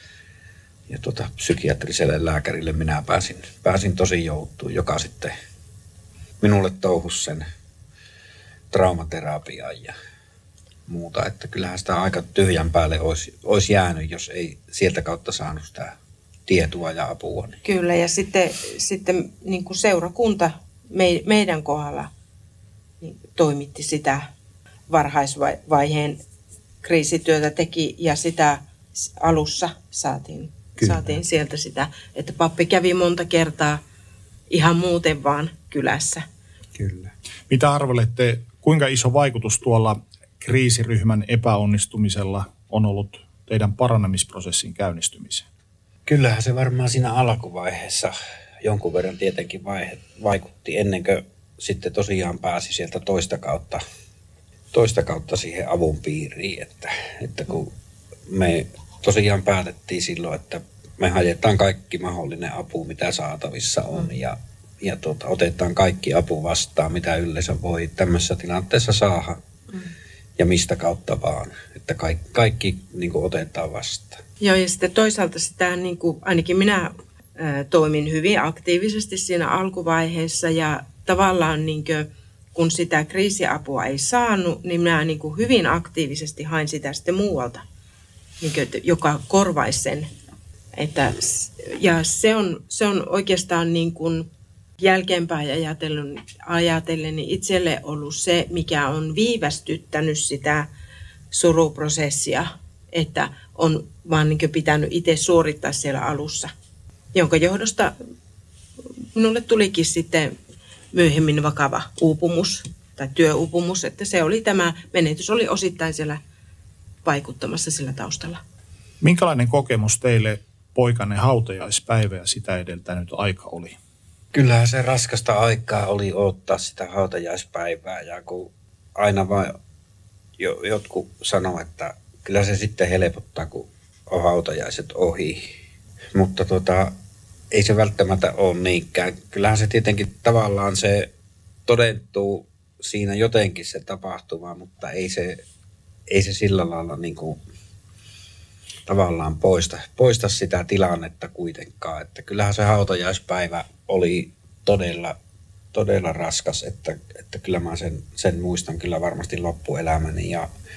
psykiatriselle lääkärille minä pääsin tosi joutuun, joka sitten minulle touhusi sen traumaterapian ja muuta. Että kyllähän sitä aika tyhjän päälle olisi jäänyt, jos ei sieltä kautta saanut sitä tietoa ja apua. Niin. Kyllä, ja sitten niin kuin seurakunta meidän kohdalla niin toimitti sitä varhaisvaiheen kriisityötä teki ja sitä alussa saatiin sieltä sitä, että pappi kävi monta kertaa ihan muuten vaan kylässä. Kyllä. Mitä arvelette, kuinka iso vaikutus tuolla kriisiryhmän epäonnistumisella on ollut teidän paranemisprosessin käynnistymiseen? Kyllähän se varmaan siinä alkuvaiheessa jonkun verran tietenkin vaikutti ennen kuin sitten tosiaan pääsi sieltä toista kautta siihen avun piiriin, että kun me tosiaan päätettiin silloin, että me haetaan kaikki mahdollinen apu, mitä saatavissa on ja otetaan kaikki apu vastaan, mitä yleensä voi tämmöisessä tilanteessa saada ja mistä kautta vaan, että kaikki niin kuin otetaan vastaan. Joo, ja sitten toisaalta sitä, niin kuin, ainakin minä toimin hyvin aktiivisesti siinä alkuvaiheessa ja tavallaan niin kuin, kun sitä kriisiapua ei saanut, niin minä niin kuin hyvin aktiivisesti hain sitä sitten muualta, niin kuin, joka korvaisi sen. Ja se on oikeastaan niin kuin jälkeenpäin ajatellen niin itselle ollut se, mikä on viivästyttänyt sitä suruprosessia, että on vaan niin kuin pitänyt itse suorittaa siellä alussa, jonka johdosta minulle tulikin sitten myöhemmin vakava uupumus tai työuupumus, että se oli tämä menetys oli osittain siellä vaikuttamassa sillä taustalla. Minkälainen kokemus teille poikanne hautajaispäivä ja sitä edeltänyt aika oli? Kyllähän se raskasta aikaa oli odottaa sitä hautajaispäivää ja kun aina vaan jotkut sanoo, että kyllä se sitten helpottaa, kun on hautajaiset ohi. Mutta ei se välttämättä ole niinkään. Kyllähän se tietenkin tavallaan se todentuu siinä jotenkin se tapahtuma, mutta ei se sillä lailla niin kuin tavallaan poista sitä tilannetta kuitenkaan. Että kyllähän se hautajaispäivä oli todella raskas, että kyllä mä sen muistan kyllä varmasti loppuelämäni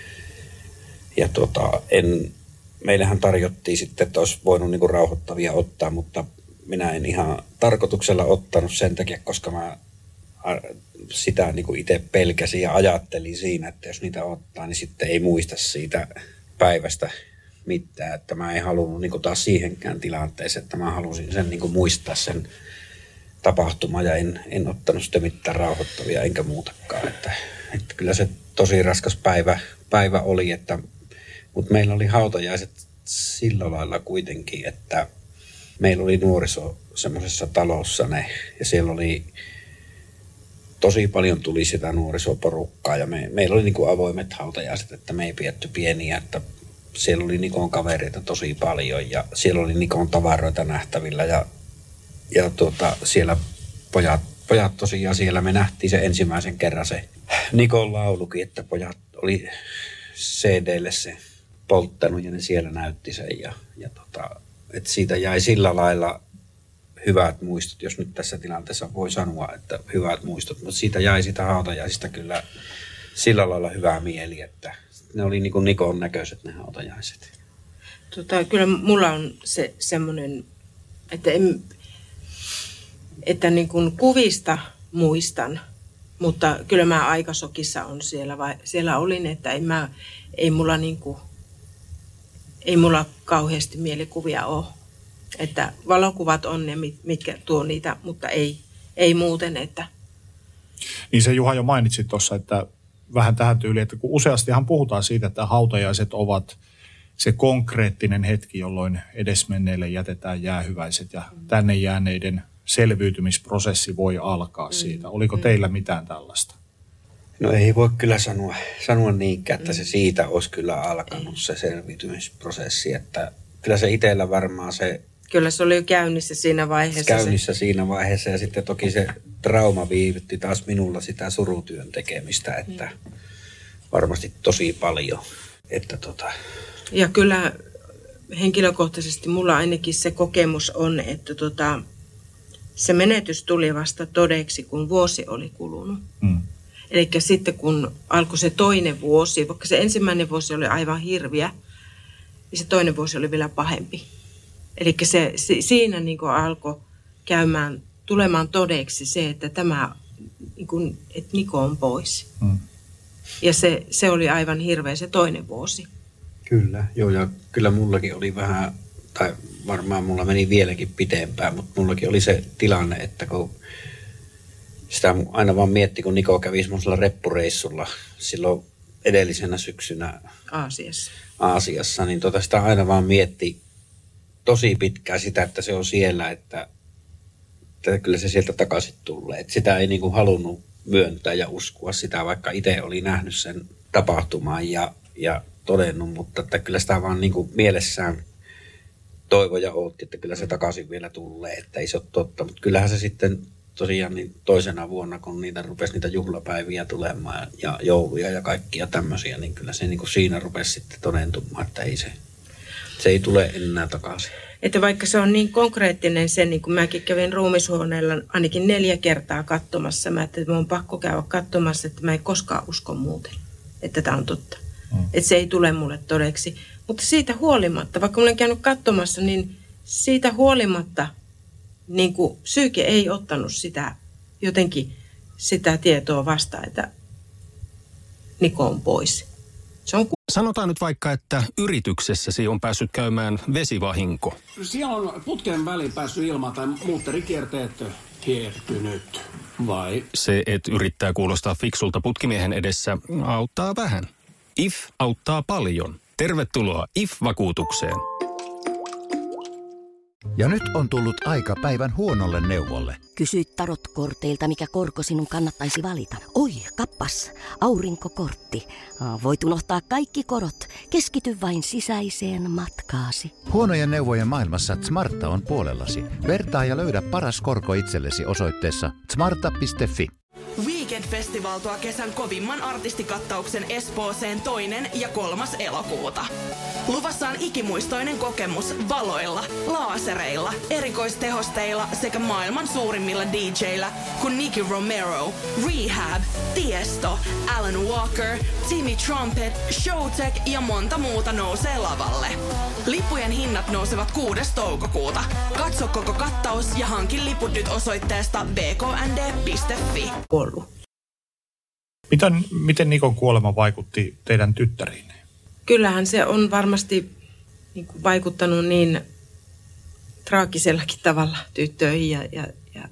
meillähän tarjottiin sitten, että olisi voinut niinku rauhoittavia ottaa, mutta minä en ihan tarkoituksella ottanut sen takia, koska mä sitä niinku itse pelkäsin ja ajattelin siinä, että jos niitä ottaa, niin sitten ei muista siitä päivästä mitään, että mä en halunnut niinku taas siihenkään tilanteeseen, että mä halusin sen niinku muistaa sen tapahtuma ja en ottanut sitä mitään rauhoittavia enkä muutakaan, että kyllä se tosi raskas päivä oli, mutta meillä oli hautajaiset sillä lailla kuitenkin, että meillä oli nuoriso semmoisessa talossa ja siellä oli tosi paljon tuli sitä nuorisoporukkaa ja meillä oli niinku avoimet hautajaiset, että me ei pidetty pieniä, että siellä oli Nikon kavereita tosi paljon ja siellä oli Nikon tavaroita nähtävillä ja siellä pojat tosiaan siellä me nähtiin se ensimmäisen kerran se Nikon laulukin, että pojat oli CDlle se polttanut ja ne siellä näytti sen. Että siitä jäi sillä lailla hyvät muistot, jos nyt tässä tilanteessa voi sanoa, että hyvät muistot. Mutta siitä jäi sitä hautajaisista kyllä sillä lailla hyvää mieli, että ne oli niin kuin Nikon näköiset ne hautajaiset. Kyllä mulla on se semmoinen, että niin kuin kuvista muistan, mutta kyllä mä aikasokissa on siellä olin, että ei mulla kauheasti mielikuvia ole. Että valokuvat on ne, mitkä tuo niitä, mutta ei muuten, että... Niin se Juha jo mainitsit tuossa, että vähän tähän tyyliin, että kun useastihan puhutaan siitä, että hautajaiset ovat se konkreettinen hetki, jolloin edesmenneille jätetään jäähyväiset ja tänne jääneiden selviytymisprosessi voi alkaa siitä. Oliko teillä mitään tällaista? No ei voi kyllä sanoa niinkään, että se siitä olisi kyllä alkanut se selviytymisprosessi, että kyllä se itsellä varmaan se... Kyllä se oli jo käynnissä siinä vaiheessa. Ja sitten toki se trauma viivytti taas minulla sitä surutyön tekemistä, että varmasti tosi paljon. Että Ja kyllä henkilökohtaisesti mulla ainakin se kokemus on, että se menetys tuli vasta todeksi, kun vuosi oli kulunut. Eli sitten kun alkoi se toinen vuosi, vaikka se ensimmäinen vuosi oli aivan hirviä, niin se toinen vuosi oli vielä pahempi. Eli siinä niin kuin alkoi tulemaan todeksi se, että että Niko on pois. Ja se oli aivan hirveä se toinen vuosi. Kyllä, joo, ja kyllä mullakin oli vähän, tai varmaan mulla meni vieläkin pitempään, mutta mullakin oli se tilanne, että kun sitä aina vaan mietti, kun Niko kävi semmoisella reppureissulla silloin edellisenä syksynä Aasiassa, niin sitä aina vaan mietti tosi pitkään sitä, että se on siellä, että kyllä se sieltä takaisin tulee. Että sitä ei niin kuin halunnut myöntää ja uskoa sitä, vaikka itse oli nähnyt sen tapahtuman ja todennut, mutta että kyllä sitä vaan niin kuin mielessään toivoi ja odotti, että kyllä se takaisin vielä tulee, että ei se ole totta. Mutta kyllähän se sitten tosiaan niin toisena vuonna, kun rupesi niitä juhlapäiviä tulemaan ja jouluja ja kaikkia tämmöisiä, niin kyllä se niin kuin siinä rupesi sitten todentumaan, että se ei tule enää takaisin. Että vaikka se on niin konkreettinen se, niin kuin mäkin kävin ruumishuoneella ainakin 4 kertaa katsomassa. Mä ajattelin, että mun on pakko käydä katsomassa, että mä en koskaan usko muuten, että tämä on totta. Että se ei tule mulle todeksi. Mutta siitä huolimatta, vaikka mä olen käynyt katsomassa, niin siitä huolimatta niin kuin psyyke ei ottanut sitä tietoa vastaan, että Niko on pois. Sanotaan nyt vaikka, että yrityksessäsi on päässyt käymään vesivahinko. Siellä on putken väliin päässyt ilma tai muutterikierteet hiertynyt, vai? Se, että yrittää kuulostaa fiksulta putkimiehen edessä, auttaa vähän. IF auttaa paljon. Tervetuloa IF-vakuutukseen. Ja nyt on tullut aika päivän huonolle neuvolle. Kysy tarotkorteilta, mikä korko sinun kannattaisi valita. Oi, kappas, aurinkokortti. Voit unohtaa kaikki korot. Keskity vain sisäiseen matkaasi. Huonojen neuvojen maailmassa Smarta on puolellasi. Vertaa ja löydä paras korko itsellesi osoitteessa smarta.fi. Weekend-festival tuo kesän kovimman artistikattauksen Espooseen 2. ja 3. elokuuta. Luvassa on ikimuistoinen kokemus valoilla, laasereilla, erikoistehosteilla sekä maailman suurimmilla DJillä kuin Nicky Romero, Rehab, Tiesto, Alan Walker, Timmy Trumpet, Showtek ja monta muuta nousee lavalle. Lippujen hinnat nousevat 6. toukokuuta. Katso koko kattaus ja hankin liput nyt osoitteesta bknd.fi. Miten Nikon kuolema vaikutti teidän tyttäriinne? Kyllähän se on varmasti vaikuttanut niin traagisellakin tavalla tyttöihin ja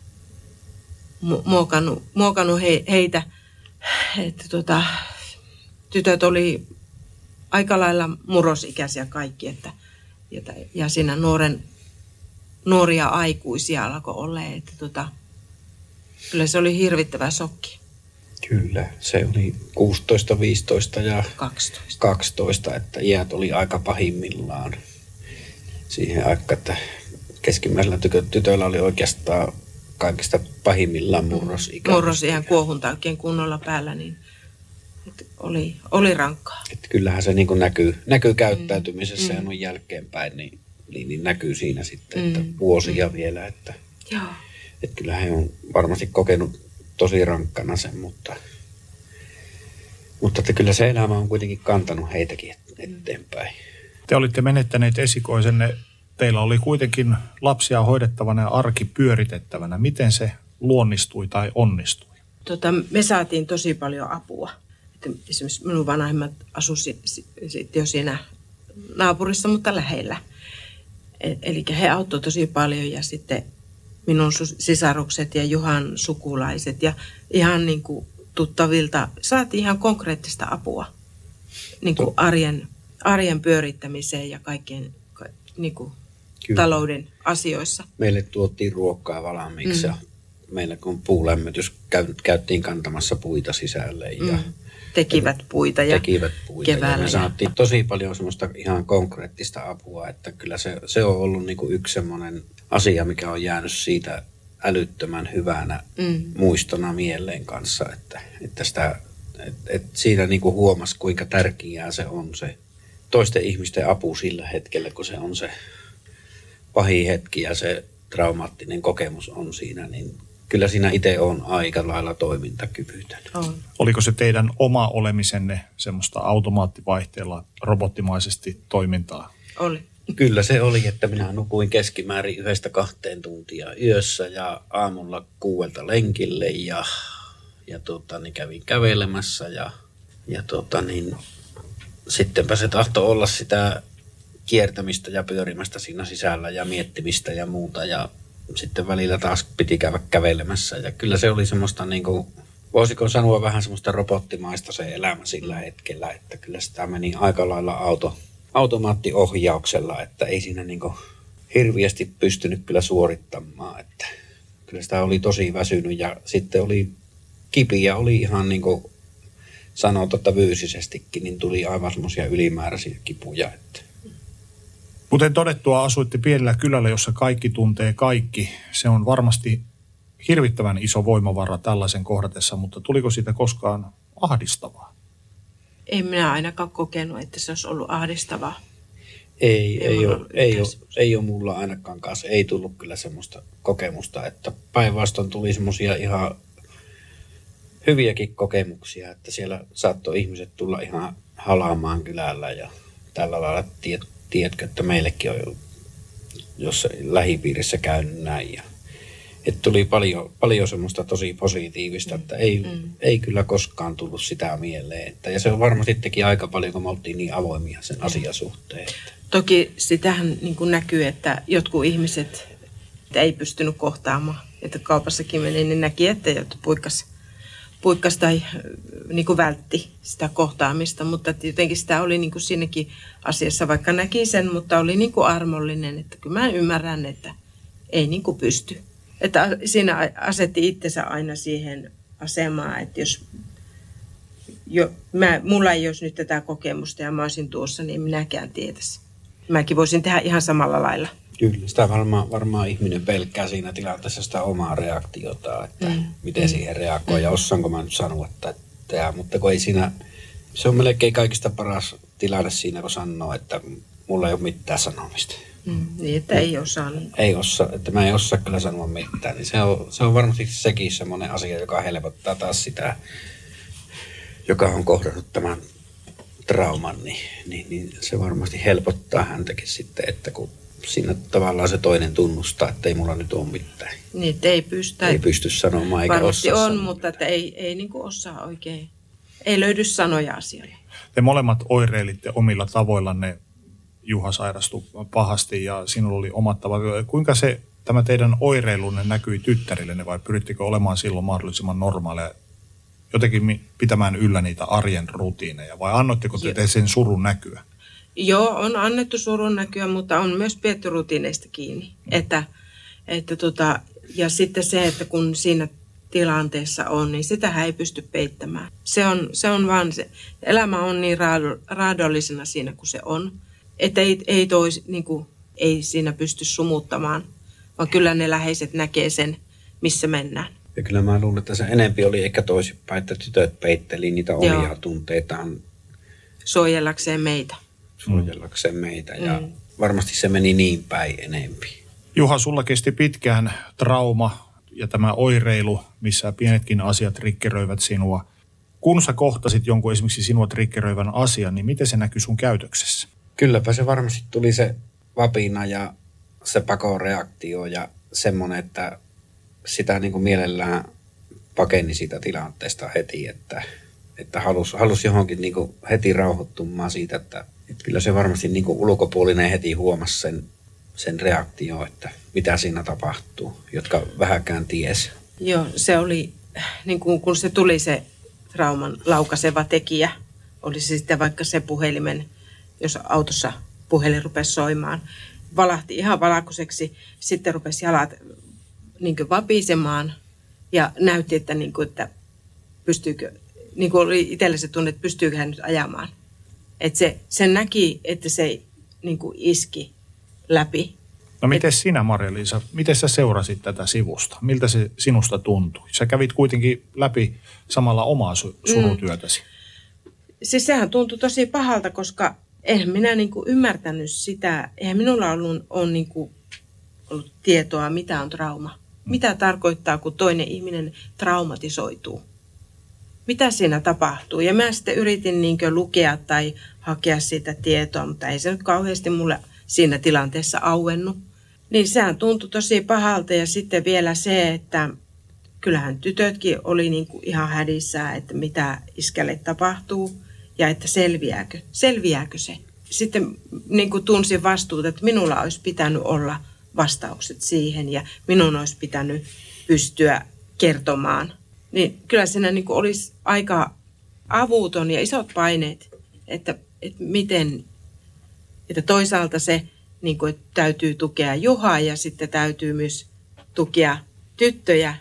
muokannut heitä. Että tytöt oli aika lailla murrosikäisiä kaikki, ja siinä nuoria aikuisia alkoi olla, että kyllä se oli hirvittävä shokki. Kyllä, se oli 16, 15 ja 12, että iät oli aika pahimmillaan siihen aikaan, että keskimmäisellä tytöllä oli oikeastaan kaikista pahimmillaan murrosikä. Murrosiän kuohunta oikein kunnolla päällä, niin oli rankkaa. Että kyllähän se niin kuin näkyy käyttäytymisessä ja noin jälkeenpäin, niin näkyy siinä sitten, että vuosia vielä. Että kyllähän he on varmasti kokenut tosi rankkana sen, mutta että kyllä se elämä on kuitenkin kantanut heitäkin eteenpäin. Te olitte menettäneet esikoisenne. Teillä oli kuitenkin lapsia hoidettavana ja arki pyöritettävänä. Miten se luonnistui tai onnistui? Me saatiin tosi paljon apua. Että esimerkiksi minun vanhemmat asuivat jo siinä naapurissa, mutta lähellä. Eli he auttoivat tosi paljon ja sitten minun sisarukset ja Juhan sukulaiset ja ihan niin kuin tuttavilta saatiin ihan konkreettista apua niin kuin arjen pyörittämiseen ja kaikkien niin kuin talouden asioissa. Meille tuotiin ruokaa valmiiksi ja meillä kun puulämmitys käytiin kantamassa puita sisälle ja tekivät puita keväällä. Ja me saatiin tosi paljon semmoista ihan konkreettista apua, että kyllä se on ollut niin kuin yksi semmoinen asia, mikä on jäänyt siitä älyttömän hyvänä muistona mieleen kanssa, että siinä niin kuin huomasi, kuinka tärkeää se on se toisten ihmisten apu sillä hetkellä, kun se on se pahin hetki ja se traumaattinen kokemus on siinä, niin kyllä siinä itse on aika lailla toimintakyvytön. Oliko se teidän oma olemisenne semmoista automaattivaihteella robottimaisesti toimintaa? Oli. Kyllä se oli, että minä nukuin keskimäärin 1-2 tuntia yössä ja aamulla 6 lenkille ja kävin kävelemässä ja sittenpä se tahtoi olla sitä kiertämistä ja pyörimästä siinä sisällä ja miettimistä ja muuta ja sitten välillä taas piti käydä kävelemässä ja kyllä se oli semmoista niin kuin, voisiko sanoa vähän semmoista robottimaista se elämä sillä hetkellä, että kyllä sitä meni aika lailla automaattiohjauksella, että ei siinä niin kuin hirviästi pystynyt kyllä suorittamaan, että kyllä sitä oli tosi väsynyt ja sitten oli kipiä, oli ihan niin kuin sanoo fyysisestikin, niin tuli aivan semmoisia ylimääräisiä kipuja, että kuten todettua, asuitte pienellä kylällä, jossa kaikki tuntee kaikki. Se on varmasti hirvittävän iso voimavara tällaisen kohdatessa, mutta tuliko siitä koskaan ahdistavaa? En minä ainakaan kokenut, että se olisi ollut ahdistavaa. Ei ole mulla ainakaan kanssa. Ei tullut kyllä semmoista kokemusta, että päinvastoin tuli semmoisia ihan hyviäkin kokemuksia, että siellä saattoi ihmiset tulla ihan halaamaan kylällä ja tällä lailla tiedätkö, että meillekin on jossain lähipiirissä käynyt näin. Ja, että tuli paljon semmoista tosi positiivista, että ei kyllä koskaan tullut sitä mieleen. Että, ja se on varmasti teki aika paljon, kun me oltiin niin avoimia sen asian suhteen. Toki sitähän niin kuin näkyy, että jotkut ihmiset ei pystynyt kohtaamaan. Että kaupassakin meni, niin näki, että jotkut puikkas tai niin kuin vältti sitä kohtaamista, mutta jotenkin sitä oli niin kuin siinäkin asiassa, vaikka näki sen, mutta oli niin kuin armollinen, että kyllä mä ymmärrän, että ei niin kuin pysty. Että siinä asetti itsensä aina siihen asemaan, että jos mulla ei olisi nyt tätä kokemusta ja mä olisin tuossa, niin minäkään tietäisi. Mäkin voisin tehdä ihan samalla lailla. Kyllä, sitä varmaan ihminen pelkkää siinä tilanteessa sitä omaa reaktiota, että miten siihen reagoi ja osaanko mä nyt sanoa, että tehdä, mutta kun ei siinä, se on melkein kaikista paras tilanne siinä, kun sanoo, että mulla ei ole mitään sanomista. Niin, että ei osaa. Ei osaa, että mä en osaa kyllä sanoa mitään, niin se on varmasti sekin semmoinen asia, joka helpottaa taas sitä, joka on kohdannut tämän trauman, niin se varmasti helpottaa häntäkin sitten, että kun siinä tavallaan se toinen tunnustaa, että ei mulla nyt ole mitään. Niin, että ei pysty sanomaan eikä varmasti osaa on, sanoa. mutta että ei niin kuin osaa oikein. Ei löydy sanoja asioille. Te molemmat oireilitte omilla tavoillanne. Juha sairastui pahasti ja sinulla oli omat tavat. Kuinka tämä teidän oireilunne näkyi tyttärillenne vai pyrittikö olemaan silloin mahdollisimman normaaleja, jotenkin pitämään yllä niitä arjen rutiineja vai annoitteko te sen surun näkyä? Joo, on annettu surun näkyä, mutta on myös pidetty rutiineista kiinni. Ja sitten se, että kun siinä tilanteessa on, niin sitähän ei pysty peittämään. Se on vaan se. Elämä on niin raadollisena siinä kuin se on, että ei siinä pysty sumuttamaan, vaan kyllä ne läheiset näkee sen missä mennään. Ja kyllä mä luulen, että se enempi oli ehkä toisinpäin, että tytöt peitteli niitä omia tunteitaan. Suojellakseen meitä. Ja varmasti se meni niin päin enempi. Juha, sulla kesti pitkään trauma ja tämä oireilu, missä pienetkin asiat triggeröivät sinua. Kun sä kohtasit jonkun esimerkiksi sinua triggeröivän asian, niin miten se näkyy sun käytöksessä? Kylläpä se varmasti tuli se vapina ja se pakoreaktio ja semmoinen, että sitä niin kuin mielellään pakeni siitä tilanteesta heti, että halusi johonkin niin kuin heti rauhoittumaan siitä, että kyllä se varmasti niin kuin ulkopuolinen heti huomasi sen reaktio, että mitä siinä tapahtuu, jotka vähäkään ties. Joo, se oli, niin kun se tuli se trauman laukaiseva tekijä, oli se sitten vaikka se puhelimen, jos autossa puhelin rupesi soimaan, valahti ihan valkoiseksi, sitten rupesi jalat niin kuin vapisemaan ja näytti, että, niin kuin, että pystyykö, niin kuin oli itselle se tunne, että pystyykö hän nyt ajamaan. Että se näki, että se niin kuin iski läpi. No miten sinä, Marja-Liisa, miten sä seurasit tätä sivusta? Miltä se sinusta tuntui? Sä kävit kuitenkin läpi samalla omaa surutyötäsi. Siis sehän tuntui tosi pahalta, koska eihän minä niin kuin ymmärtänyt sitä, eihän minulla ollut tietoa, mitä on trauma. Mitä tarkoittaa, kun toinen ihminen traumatisoituu? Mitä siinä tapahtuu? Ja mä sitten yritin niin kuin lukea tai hakea siitä tietoa, mutta ei se nyt kauheasti mulle siinä tilanteessa auennut. Niin sehän tuntui tosi pahalta ja sitten vielä se, että kyllähän tytötkin oli niin kuin ihan hädissään, että mitä iskälle tapahtuu ja että selviääkö se. Sitten niin kuin tunsin vastuuta, että minulla olisi pitänyt olla vastaukset siihen ja minun olisi pitänyt pystyä kertomaan. Niin kyllä siinä niin kuin olisi aika avuton ja isot paineet, että miten, että toisaalta se niin kuin, että täytyy tukea Juhaa ja sitten täytyy myös tukea tyttöjä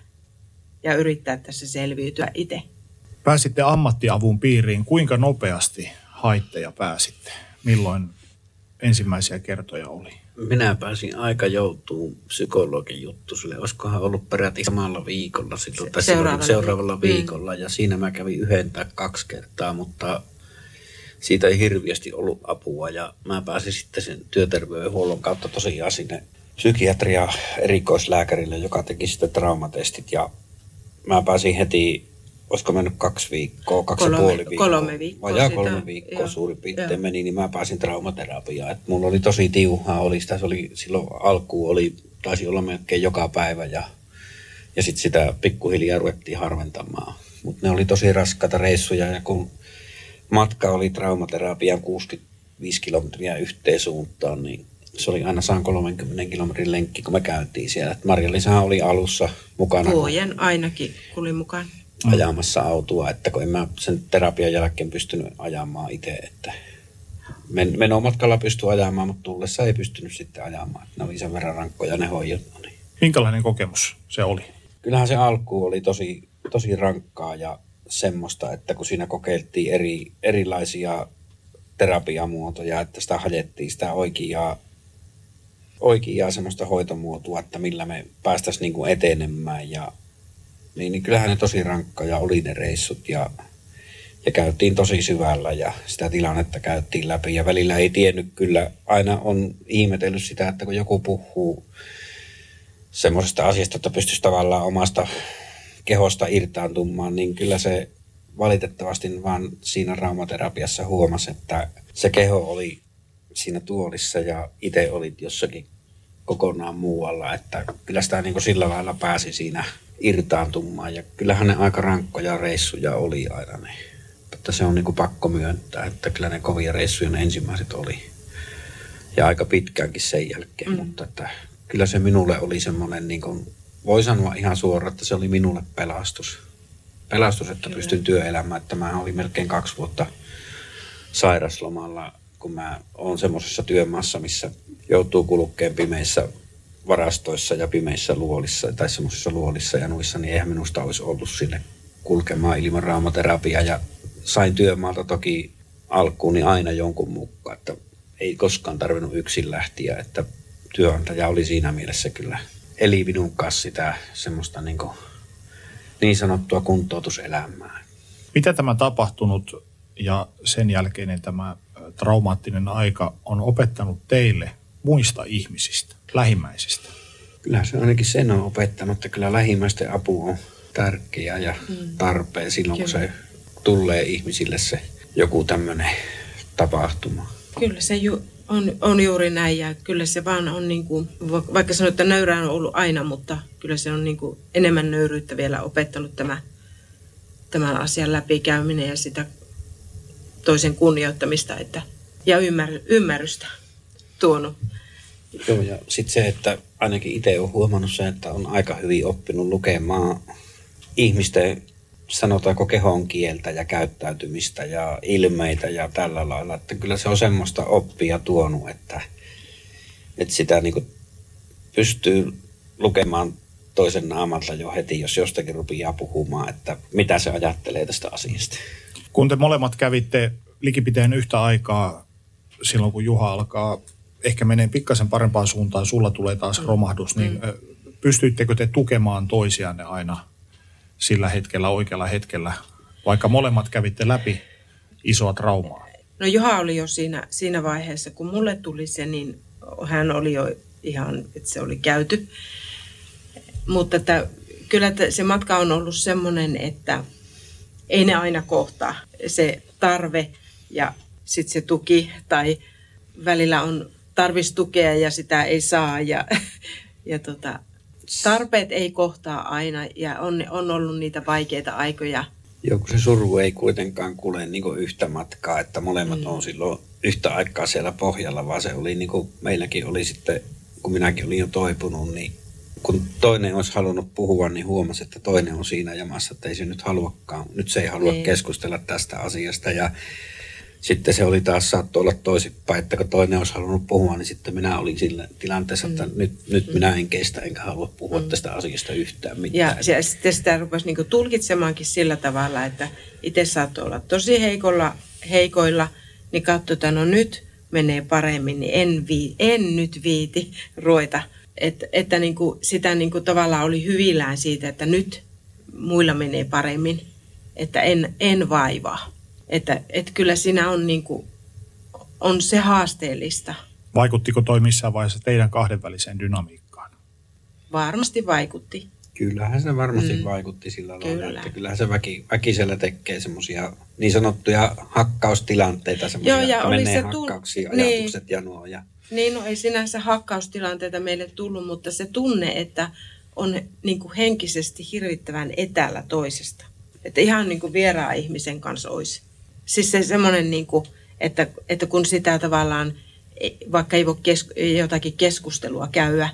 ja yrittää tässä selviytyä itse. Pääsitte ammattiavun piiriin. Kuinka nopeasti haitte ja pääsitte? Milloin ensimmäisiä kertoja oli? Minä pääsin aika joutuun psykologin juttusille. Olisikohan ollut peräti samalla viikolla, seuraavalla viikolla. Ja siinä mä kävin 1 tai 2 kertaa, mutta siitä ei hirveästi ollut apua. Ja mä pääsin sitten sen työterveydenhuollon kautta tosiaan sinne psykiatria erikoislääkärille, joka teki sitten traumatestit. Ja mä pääsin heti, olisiko mennyt 2 viikkoa, 2,5 viikkoa. 3 viikkoa. Vajaa 3 viikkoa joo, suurin piirtein meni, niin mä pääsin traumaterapiaan. Et mulla oli tosi tiuhaa, silloin alkuun taisi olla melkein joka päivä ja sitten sitä pikkuhiljaa ruvettiin harventamaan. Mutta ne oli tosi raskaita reissuja ja kun matka oli traumaterapiaan 65 kilometriä yhteen suuntaan, niin se oli aina 130 kilometrin lenkki, kun me käytiin siellä. Marja-Liisahan oli alussa mukana. Vuoden ainakin kuli mukaan. Ajamassa autoa, että kun en mä sen terapian jälkeen pystynyt ajamaan itse, että menomatkalla pystyi ajamaan, mutta tullessa ei pystynyt sitten ajamaan. Ne oli sen verran rankkoja ne hoidot. Niin. Minkälainen kokemus se oli? Kyllähän se alku oli tosi rankkaa ja semmoista, että kun siinä kokeiltiin erilaisia terapiamuotoja, että sitä hajettiin sitä oikeaa semmoista hoitomuotoa, että millä me päästäisiin niin kuin etenemään ja niin kyllähän ne tosi rankkoja oli ne reissut ja käytiin tosi syvällä ja sitä tilannetta käytiin läpi ja välillä ei tiennyt kyllä. Aina on ihmetellyt sitä, että kun joku puhuu semmoisesta asiasta, että pystyisi tavallaan omasta kehosta irtaantumaan, niin kyllä se valitettavasti vaan siinä traumaterapiassa huomasi, että se keho oli siinä tuolissa ja itse olit jossakin kokonaan muualla, että kyllä sitä niin kuin sillä lailla pääsi siinä irtaantumaan ja kyllähän ne aika rankkoja reissuja oli aina ne. Mutta se on niin kuin pakko myöntää, että kyllä ne kovia reissuja ne ensimmäiset oli ja aika pitkäänkin sen jälkeen, mutta että kyllä se minulle oli semmoinen, niin kuin voi sanoa ihan suoraan, että se oli minulle pelastus. Pelastus, että pystyn työelämään, että mä olin melkein 2 vuotta sairaslomalla, kun mä oon semmoisessa työmaassa, missä joutuu kulkeen pimeissä varastoissa ja pimeissä luolissa tai semmoisissa luolissa ja noissa, niin eihän minusta olisi ollut sinne kulkemaan ilman traumaterapiaa ja sain työmaalta toki alkuun niin aina jonkun mukaan, että ei koskaan tarvinnut yksin lähteä, että työnantaja oli siinä mielessä kyllä eli minun kanssa sitä semmoista niin sanottua kuntoutuselämää. Mitä tämä tapahtunut ja sen jälkeinen tämä traumaattinen aika on opettanut teille muista ihmisistä, lähimmäisistä? Kyllä se ainakin sen on opettanut, että kyllä lähimmäisten apu on tärkeä ja tarpeen silloin, kun se tulee ihmisille se joku tämmöinen tapahtuma. Kyllä se on juuri näin ja kyllä se vaan on vaikka sanoin, että nöyrää on ollut aina, mutta kyllä se on enemmän nöyryyttä vielä opettanut tämän asian läpikäyminen ja sitä toisen kunnioittamista ja ymmärrystä tuonut. Joo, ja sitten se, että ainakin itse olen huomannut sen, että on aika hyvin oppinut lukemaan ihmisten, sanotaanko kehon kieltä ja käyttäytymistä ja ilmeitä ja tällä lailla. Että kyllä se on semmoista oppia tuonut, että sitä pystyy lukemaan toisen naamalta jo heti, jos jostakin rupeaa puhumaan, että mitä se ajattelee tästä asiasta. Kun te molemmat kävitte likipiteen yhtä aikaa silloin, kun Juha alkaa ehkä menee pikkasen parempaan suuntaan, sulla tulee taas romahdus, niin pystyittekö te tukemaan toisianne aina sillä hetkellä, oikealla hetkellä, vaikka molemmat kävitte läpi isoa traumaa? No Juha oli jo siinä vaiheessa, kun mulle tuli se, niin hän oli jo ihan, että se oli käyty. Mutta kyllä se matka on ollut semmoinen, että ei ne aina kohtaa se tarve ja sitten se tuki tai välillä on tarvis tukea ja sitä ei saa ja tarpeet ei kohtaa aina ja on ollut niitä vaikeita aikoja. Joo, kun se suru ei kuitenkaan kulje yhtä matkaa, että molemmat on silloin yhtä aikaa siellä pohjalla, vaan se oli meilläkin oli sitten, kun minäkin olin jo toipunut, niin kun toinen olisi halunnut puhua, niin huomasi, että toinen on siinä jamassa, että ei se nyt haluakaan. Nyt se ei halua keskustella tästä asiasta ja sitten se oli taas saattoi olla toisinpäin, että kun toinen olisi halunnut puhua, niin sitten minä olin sillä tilanteessa, että nyt minä en kestä enkä halua puhua tästä asiasta yhtään mitään. Ja sitten sitä rupesi tulkitsemaankin sillä tavalla, että itse saattoi olla tosi heikoilla, niin katsotaan, no nyt menee paremmin, niin en nyt viiti ruveta. Että sitä tavallaan oli hyvillään siitä, että nyt muilla menee paremmin, että en vaivaa. Että kyllä siinä on se haasteellista. Vaikuttiko toi missään vaiheessa teidän kahdenväliseen dynamiikkaan? Varmasti vaikutti. Kyllähän se varmasti vaikutti sillä lailla, että kyllähän se väkisellä tekee semmoisia niin sanottuja hakkaustilanteita, semmoisia, että menee hakkauksiin ajatukset ja nuo. Niin, no ei sinänsä hakkaustilanteita meille tullut, mutta se tunne, että on henkisesti hirvittävän etäällä toisesta. Että ihan vieraan ihmisen kanssa olisi. Siis se semmoinen, että kun sitä tavallaan, vaikka ei voi jotakin keskustelua käydä,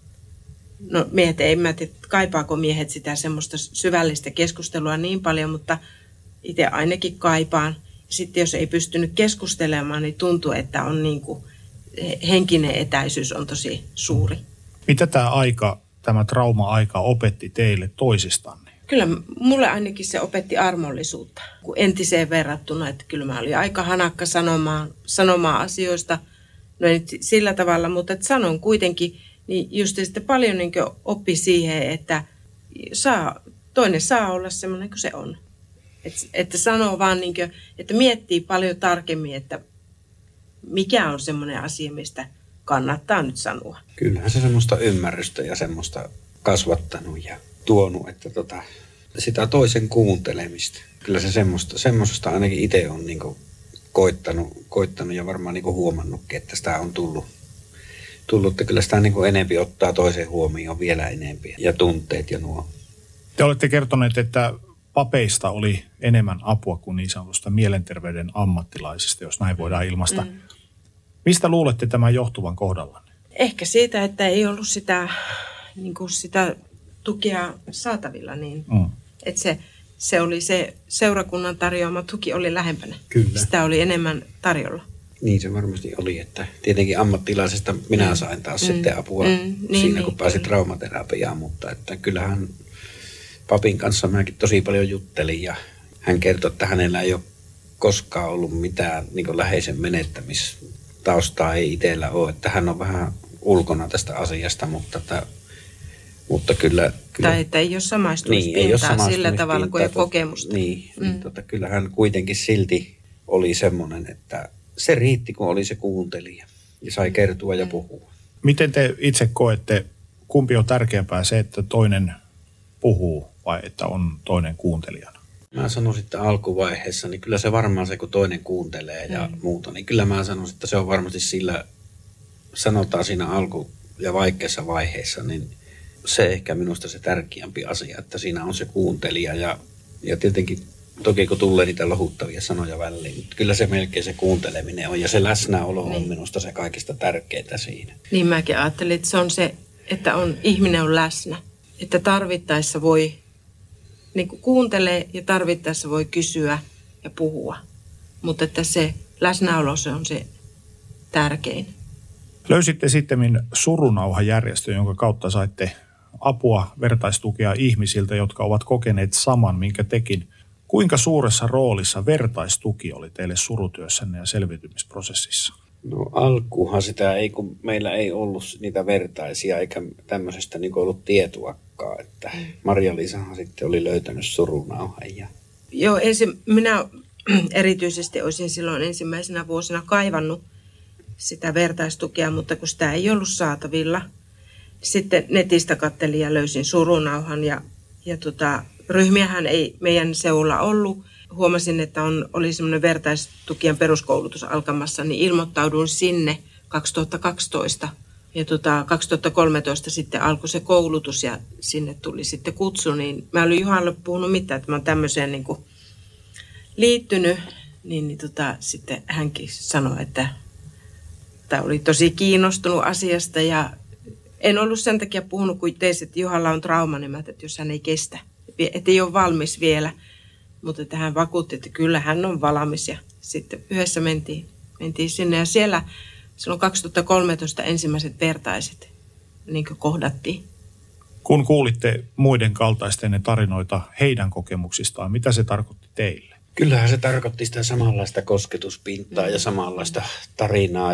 no miehet ei, mä tiedä, kaipaako miehet sitä semmoista syvällistä keskustelua niin paljon, mutta itse ainakin kaipaan. Sitten jos ei pystynyt keskustelemaan, niin tuntuu, että on henkinen etäisyys on tosi suuri. Mitä tämä trauma-aika opetti teille toisistanne? Kyllä mulle ainakin se opetti armollisuutta, kun entiseen verrattuna, että kyllä mä olin aika hanakka sanomaan asioista, no ei sillä tavalla, mutta että sanon kuitenkin, niin just sitten paljon oppi siihen, että toinen saa olla semmoinen kuin se on. Että sanoo vaan, että miettii paljon tarkemmin, että mikä on semmoinen asia, mistä kannattaa nyt sanoa. Kyllähän se semmoista ymmärrystä ja semmoista kasvattanut ja tuonut, että sitä toisen kuuntelemista. Kyllä se semmoista ainakin itse on koittanut ja varmaan huomannutkin, että sitä on tullut, että kyllä sitä enempi ottaa toisen huomioon vielä enempi ja tunteet ja nuo. Te olette kertoneet, että papeista oli enemmän apua kuin niin sanotusta mielenterveyden ammattilaisista, jos näin voidaan ilmaista. Mistä luulette tämän johtuvan kohdallanne? Ehkä siitä, että ei ollut sitä tukea saatavilla, niin että se oli se seurakunnan tarjoama tuki oli lähempänä. Kyllä. Sitä oli enemmän tarjolla. Niin se varmasti oli, että tietenkin ammattilaisesta minä sain taas sitten apua siinä, kun pääsin traumaterapiaan, mutta että kyllähän papin kanssa mäkin tosi paljon juttelin ja hän kertoi, että hänellä ei ole koskaan ollut mitään läheisen menettämistaustaa ei itsellä ole, että hän on vähän ulkona tästä asiasta, mutta että Mutta kyllä... Tai että ei ole samaistumispintaa sillä tavalla, kun ei ole kokemusta. Niin, kyllä hän kuitenkin silti oli semmoinen, että se riitti, kun oli se kuuntelija ja sai kertoa ja puhua. Miten te itse koette, kumpi on tärkeämpää, se, että toinen puhuu vai että on toinen kuuntelijana? Mä sanoisin, että alkuvaiheessa, niin kyllä se varmaan se, kun toinen kuuntelee ja muuta, niin kyllä mä sanoisin, että se on varmasti sillä, sanotaan siinä alku- ja vaikeassa vaiheessa, niin se ehkä minusta se tärkeämpi asia, että siinä on se kuuntelija ja tietenkin toki kun tulee niitä lohuttavia sanoja väliin, mutta kyllä se melkein se kuunteleminen on ja se läsnäolo on minusta se kaikista tärkeintä siinä. Niin mäkin ajattelin, että se on se, että ihminen on läsnä, että tarvittaessa voi niin kuin kuuntelee ja tarvittaessa voi kysyä ja puhua, mutta että se läsnäolo se on se tärkein. Löysitte sitten Surunauha-järjestön, jonka kautta saitte apua, vertaistukea ihmisiltä, jotka ovat kokeneet saman, minkä tekin. Kuinka suuressa roolissa vertaistuki oli teille surutyössänne ja selviytymisprosessissa? No alkuunhan sitä ei, kun meillä ei ollut niitä vertaisia eikä tämmöisestä niin ollut tietoakaan, että Marja-Liisahan sitten oli löytänyt Surunauhan. Joo, minä erityisesti olisin silloin ensimmäisenä vuosina kaivannut sitä vertaistukea, mutta kun sitä ei ollut saatavilla, sitten netistä katselin ja löysin Surunauhan ja ryhmiähän ei meidän seudulla ollut. Huomasin, että oli semmoinen vertaistukien peruskoulutus alkamassa, niin ilmoittaudun sinne 2012. Ja 2013 sitten alkoi se koulutus ja sinne tuli sitten kutsu, niin mä olin Juhalle puhunut mitään, että mä oon tämmöiseen niin kuin liittynyt, niin sitten hänkin sanoi, että oli tosi kiinnostunut asiasta ja en ollut sen takia puhunut, kun tein, että Juhalla on traumanimät, että jos hän ei kestä, että ei ole valmis vielä. Mutta että hän vakuutti, että kyllä hän on valmis ja sitten yhdessä mentiin sinne ja siellä silloin 2013 ensimmäiset vertaiset niin kuin kohdattiin. Kun kuulitte muiden kaltaisten tarinoita heidän kokemuksistaan, mitä se tarkoitti teille? Kyllähän se tarkoitti sitä samanlaista kosketuspintaa ja samanlaista tarinaa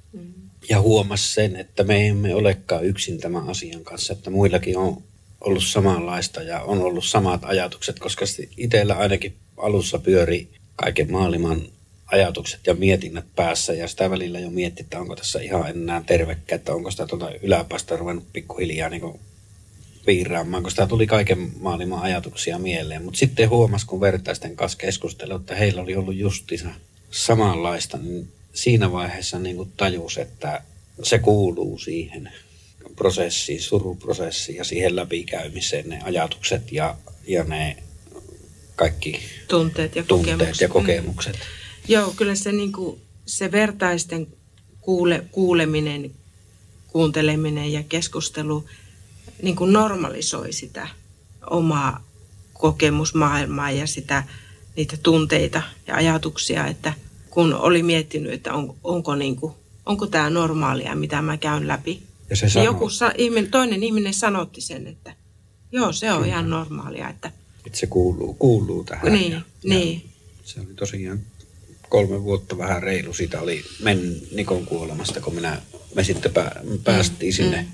ja huomasi sen, että me emme olekaan yksin tämän asian kanssa, että muillakin on ollut samanlaista ja on ollut samat ajatukset, koska itsellä ainakin alussa pyöri kaiken maailman ajatukset ja mietinnät päässä ja sitä välillä jo mietti, että onko tässä ihan enää tervekkä, että onko sitä yläpäästä ruvennut pikkuhiljaa niin piiraamaan, kun sitä tuli kaiken maailman ajatuksia mieleen. Mutta sitten huomasi, kun vertaisten kanssa keskusteli, että heillä oli ollut justiinsa samanlaista, niin siinä vaiheessa niin tajusi, että se kuuluu siihen prosessiin, suruprosessiin ja siihen läpikäymiseen ne ajatukset ja ne kaikki tunteet ja kokemukset. Joo, kyllä se, niin kuin, se vertaisten kuuleminen, kuunteleminen ja keskustelu niin kuin normalisoi sitä omaa kokemusmaailmaa ja niitä tunteita ja ajatuksia, että kun oli miettinyt, että onko tämä normaalia, mitä mä käyn läpi. Ja toinen ihminen sanotti sen, että joo, se on ihan normaalia. Että se kuuluu tähän. Niin. Se oli tosiaan 3 vuotta vähän reilu. Siitä oli Nikon kuolemasta, kun me sitten päästiin sinne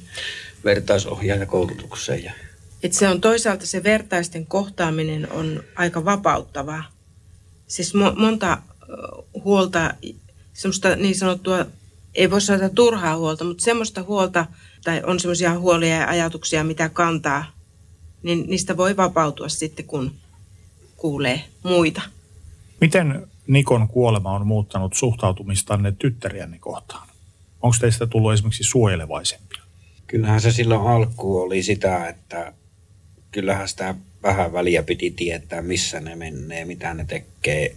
vertaisohjaajakoulutukseen. Et se on toisaalta se vertaisten kohtaaminen on aika vapauttavaa. Siis monta huolta, semmoista niin sanottua, ei voi sanoa turhaa huolta, mutta semmoista huolta, tai on semmoisia huolia ja ajatuksia, mitä kantaa, niin niistä voi vapautua sitten, kun kuulee muita. Miten Nikon kuolema on muuttanut suhtautumistanne tyttäriänne kohtaan? Onko teistä tullut esimerkiksi suojelevaisempia? Kyllähän se silloin alkuun oli sitä, että kyllähän sitä vähän väliä piti tietää, missä ne menee, mitä ne tekee.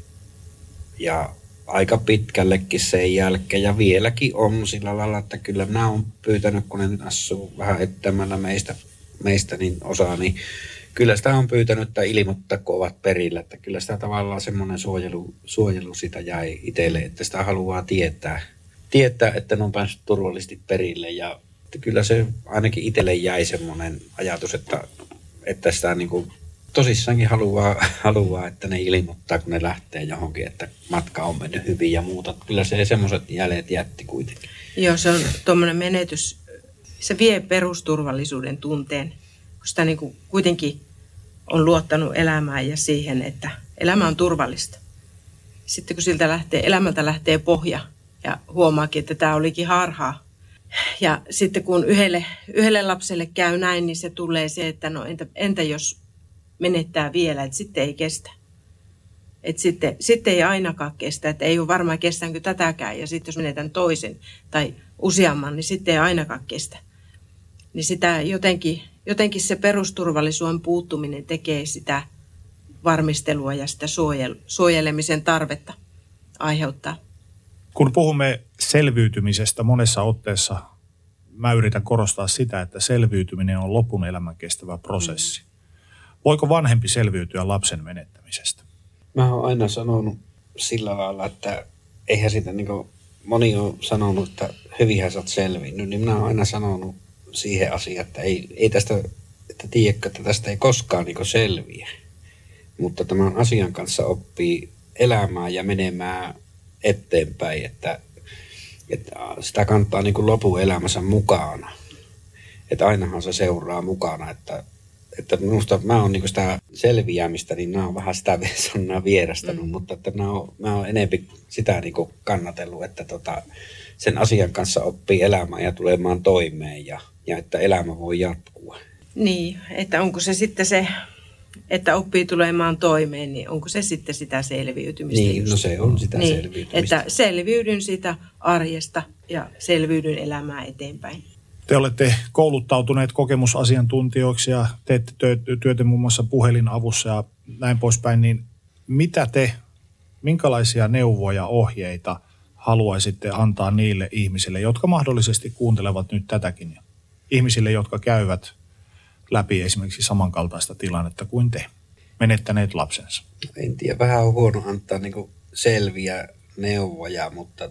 Ja aika pitkällekin sen jälkeen ja vieläkin on sillä lailla, että kyllä minä olen pyytänyt, kun ne nyt asuu vähän ettämällä meistä niin osaa, niin kyllä sitä on pyytänyt, että ilmoittaa, kun ovat perillä. Että kyllä sitä tavallaan semmoinen suojelu sitä jäi itselle, että sitä haluaa tietää, että ne on päässyt turvallisesti perille. Ja kyllä se ainakin itselle jäi semmoinen ajatus, että sitä niin kuin tosissaankin haluaa, että ne ilmoittaa, kun ne lähtee johonkin, että matka on mennyt hyvin ja muuta. Kyllä se semmoiset jäljet jätti kuitenkin. Joo, se on tuommoinen menetys. Se vie perusturvallisuuden tunteen kun sitä niin kuin kuitenkin on luottanut elämään ja siihen, että elämä on turvallista. Sitten kun elämältä lähtee pohja ja huomaakin, että tämä olikin harhaa. Ja sitten kun yhdelle lapselle käy näin, niin se tulee se, että no entä jos menettää vielä, että sitten ei kestä. Että sitten ei ainakaan kestä, että ei ole varmaan kestäänkö tätäkään. Ja sitten jos menetään toisen tai useamman, niin sitten ei ainakaan kestä. Niin sitä jotenkin se perusturvallisuuden puuttuminen tekee sitä varmistelua ja sitä suojelemisen tarvetta aiheuttaa. Kun puhumme selviytymisestä monessa otteessa, mä yritän korostaa sitä, että selviytyminen on lopun elämän kestävä prosessi. Voiko vanhempi selviytyä lapsen menettämisestä? Mä oon aina sanonut sillä lailla, että eihän sitä niin kuin moni on sanonut, että hyvinhän sä oot selvinnyt, niin minä oon aina sanonut siihen asiaan, että ei tästä, että tiedätkö, että tästä ei koskaan niin kuin selviä. Mutta tämän asian kanssa oppii elämään ja menemään eteenpäin, että sitä kantaa niin kuin lopun elämänsä mukana. Että ainahan se seuraa mukana, että minusta mä oon niin kuin sitä selviämistä, niin mä oon vähän sitä sanaa vierastanut, mutta että mä oon enemmän sitä niin kuin kannatellut, että sen asian kanssa oppii elämään ja tulemaan toimeen ja että elämä voi jatkua. Niin, että onko se sitten se, että oppii tulemaan toimeen, niin onko se sitten sitä selviytymistä? Niin, no se on sitä selviytymistä. Että selviydyn sitä arjesta ja selviydyn elämää eteenpäin. Te olette kouluttautuneet kokemusasiantuntijoiksi ja teette työtä muun muassa puhelinavussa ja näin poispäin, niin minkälaisia neuvoja, ohjeita haluaisitte antaa niille ihmisille, jotka mahdollisesti kuuntelevat nyt tätäkin, ihmisille, jotka käyvät läpi esimerkiksi samankaltaista tilannetta kuin te, menettäneet lapsensa? En tiedä, vähän on huono antaa niin kuin selviä neuvoja, mutta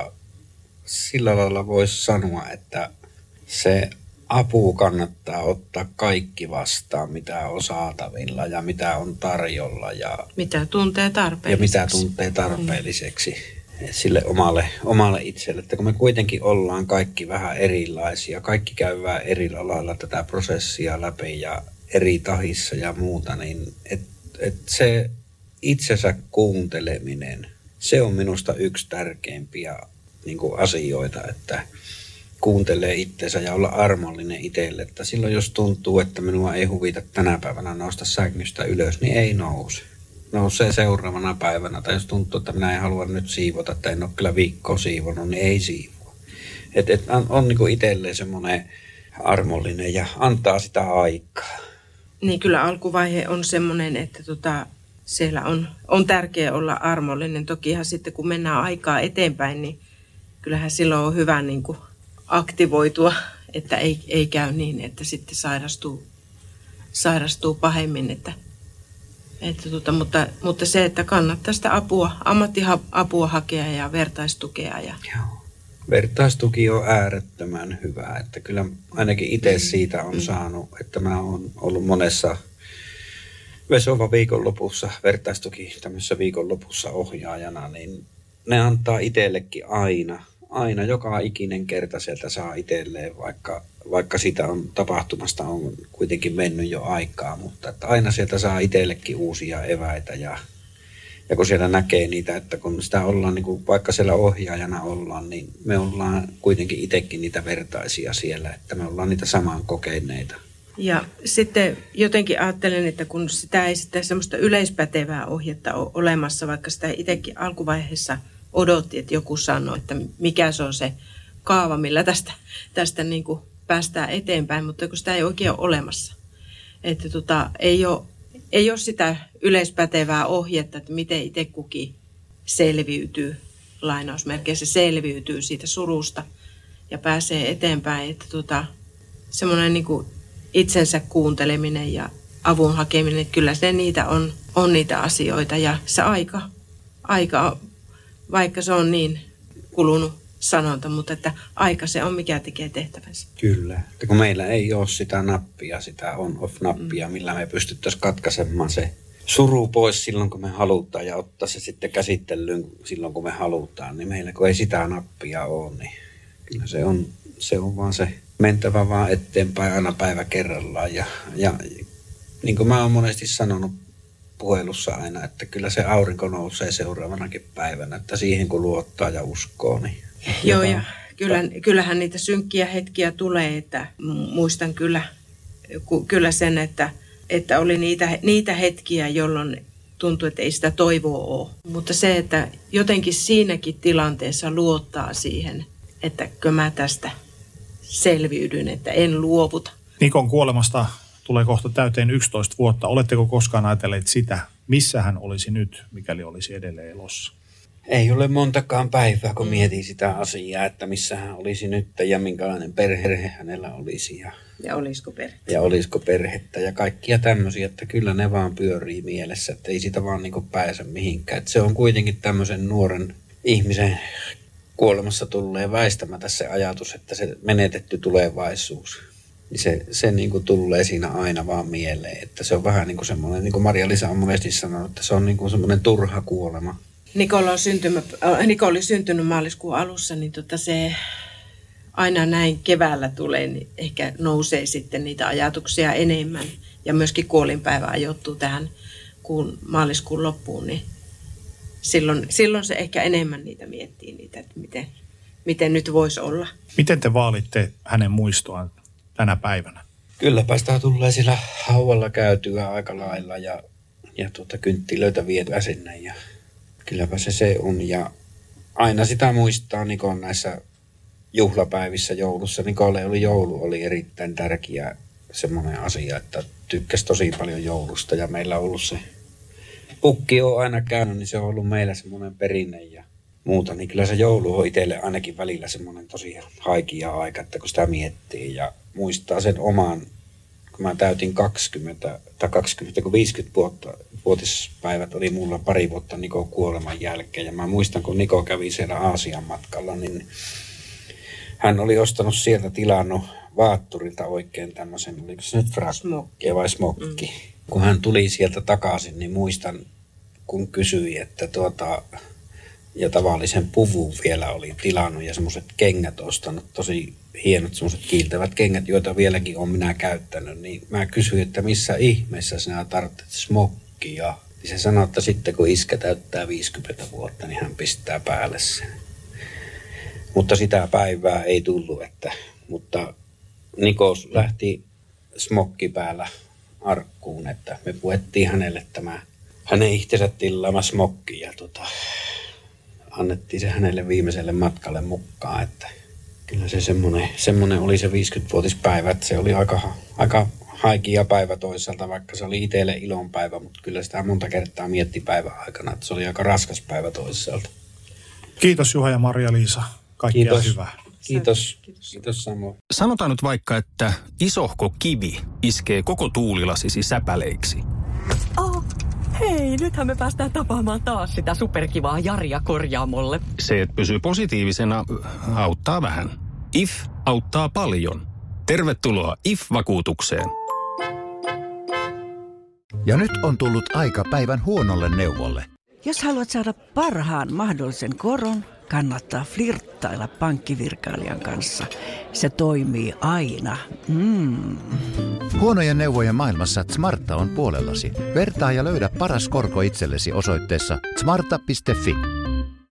sillä lailla voisi sanoa, että se apu kannattaa ottaa kaikki vastaan, mitä on saatavilla ja mitä on tarjolla. Ja mitä tuntee tarpeelliseksi. Sille omalle itselle. Että kun me kuitenkin ollaan kaikki vähän erilaisia, kaikki käydään eri lailla tätä prosessia läpi ja eri tahissa ja muuta, niin se itsensä kuunteleminen, se on minusta yksi tärkeimpiä niin kuin asioita, että kuuntelee itsensä ja olla armollinen itselle. Että silloin jos tuntuu, että minua ei huvita tänä päivänä nousta sängystä ylös, niin ei nouse. Nousee seuraavana päivänä. Tai jos tuntuu, että minä en halua nyt siivota, tai en ole kyllä viikkoa siivonut, niin ei siivoa. On niin kuin itselleen semmoinen armollinen ja antaa sitä aikaa. Niin kyllä alkuvaihe on semmoinen, että siellä on tärkeää olla armollinen. Tokihan sitten kun mennään aikaa eteenpäin, niin kyllähän silloin on hyvä niin kuin aktivoitua, että ei käy niin, että sitten sairastuu pahemmin. Mutta se, että kannattaa sitä ammattiapua hakea ja vertaistukea. Joo. Vertaistuki on äärettömän hyvä, että kyllä ainakin itse siitä on saanut, että mä oon ollut monessa Vesova viikonlopussa, vertaistuki tämmöisessä viikonlopussa ohjaajana, niin ne antaa itsellekin aina joka ikinen kerta sieltä saa itselleen, vaikka sitä tapahtumasta on kuitenkin mennyt jo aikaa, mutta että aina sieltä saa itsellekin uusia eväitä ja kun siellä näkee niitä, että kun sitä ollaan, niin kuin vaikka siellä ohjaajana ollaan, niin me ollaan kuitenkin itsekin niitä vertaisia siellä, että me ollaan niitä samaan kokeneita. Ja sitten jotenkin ajattelen, että kun sitä ei sitten semmoista yleispätevää ohjetta ole olemassa, vaikka sitä itsekin alkuvaiheessa odotti, että joku sanoi, että mikä se on se kaava, millä tästä niin kuin päästään eteenpäin, mutta kun sitä ei oikein ole olemassa. Että ei ole sitä yleispätevää ohjetta, että miten itse kukin selviytyy, lainausmerkeissä selviytyy siitä surusta ja pääsee eteenpäin. Että semmoinen niin kuin itsensä kuunteleminen ja avun hakeminen, että kyllä se niitä on niitä asioita ja se aika, vaikka se on niin kulunut sanonta, mutta että aika se on, mikä tekee tehtävänsä. Kyllä, että kun meillä ei ole sitä nappia, sitä on-off-nappia, millä me pystyttäisiin katkaisemaan se suru pois silloin, kun me halutaan ja ottaa se sitten käsittelyyn silloin, kun me halutaan, niin meillä kun ei sitä nappia ole, niin kyllä se on vaan se mentävä vaan eteenpäin aina päivä kerrallaan. Ja niin kuin mä oon monesti sanonut puhelussa aina, että kyllä se aurinko nousee seuraavanakin päivänä, että siihen kun luottaa ja uskoo. Niin joo, ja kyllähän niitä synkkiä hetkiä tulee, että muistan kyllä sen, että oli niitä hetkiä, jolloin tuntui, että ei sitä toivoa ole. Mutta se, että jotenkin siinäkin tilanteessa luottaa siihen, että kyllä mä tästä selviydyn, että en luovuta. Nikon kuolemasta tulee kohta täyteen 11 vuotta. Oletteko koskaan ajatelleet sitä, missä hän olisi nyt, mikäli olisi edelleen elossa? Ei ole montakaan päivää, kun mietin sitä asiaa, että missä hän olisi nyt ja minkälainen perhe hänellä olisi. Ja olisiko perhettä. Ja olisiko perhettä ja kaikkia tämmöisiä, että kyllä ne vaan pyörii mielessä, että ei sitä vaan niin pääse mihinkään. Että se on kuitenkin tämmöisen nuoren ihmisen kuolemassa tulee väistämättä se ajatus, että se menetetty tulevaisuus. Se niin kuin tulee siinä aina vaan mieleen, että se on vähän niin kuin semmoinen, niin kuin Maria-Liisa on monesti sanonut, että se on niin kuin semmoinen turha kuolema. Niko oli syntynyt maaliskuun alussa, niin se aina näin keväällä tulee, niin ehkä nousee sitten niitä ajatuksia enemmän. Ja myöskin kuolinpäivä ajoittuu tähän maaliskuun loppuun, niin silloin se ehkä enemmän niitä miettii niitä, että miten nyt voisi olla. Miten te vaalitte hänen muistoaan tänä päivänä? Kylläpä sitä tulee sillä hauvalla käytyä aika lailla ja kynttilöitä vietyä sinne ja kylläpä se on. Ja aina sitä muistaa Nikon näissä juhlapäivissä joulussa. Nikolle oli erittäin tärkeä semmoinen asia, että tykkäsi tosi paljon joulusta ja meillä on ollut se pukki on aina käynyt, niin se on ollut meillä semmoinen perinne ja muuta. Niin kyllä se joulu on itselle ainakin välillä semmoinen tosi haikea aika, että kun sitä miettii ja muistaa sen oman, kun mä täytin 50-vuotispäivät oli mulla pari vuotta Nikon kuoleman jälkeen. Ja mä muistan, kun Niko kävi siellä Aasian matkalla, niin hän oli ostanut sieltä tilannut Vaatturilta oikein tämmöisen, oliko se nyt frakki vai smokki. Kun hän tuli sieltä takaisin, niin muistan, kun kysyi, että ja tavallisen puvun vielä oli tilannut ja semmoiset kengät ostanut, tosi hienot semmoiset kiiltävät kengät, joita vieläkin olen minä käyttänyt, niin mä kysyin, että missä ihmeessä sinä tarvitset smokkia. Se sanoi, että sitten kun iskä täyttää 50 vuotta, niin hän pistää päälle sen. Mutta sitä päivää ei tullut, mutta Nikos lähti smokki päällä arkkuun, että me puettiin hänelle tämä hänen itsensä tilaama smokki ja annettiin se hänelle viimeiselle matkalle mukaan, että kyllä se semmoinen oli se 50-vuotispäivä, että se oli aika haikea päivä toisaalta, vaikka se oli itselle ilonpäivä, mutta kyllä sitä monta kertaa mietti päivän aikana, että se oli aika raskas päivä toisaalta. Kiitos Juha ja Maria-Liisa. Kaikkea hyvää. Kiitos samoin. Sanotaan nyt vaikka, että isohko kivi iskee koko tuulilasisi säpäleiksi. Oh, hei, nythän me päästään tapaamaan taas sitä superkivaa Jaria korjaamolle. Se, että pysyy positiivisena, auttaa vähän. IF auttaa paljon. Tervetuloa IF-vakuutukseen. Ja nyt on tullut aika päivän huonolle neuvolle. Jos haluat saada parhaan mahdollisen koron, kannattaa flirttailla pankkivirkailijan kanssa. Se toimii aina. Huonojen neuvojen maailmassa Smarta on puolellasi. Vertaa ja löydä paras korko itsellesi osoitteessa smarta.fi.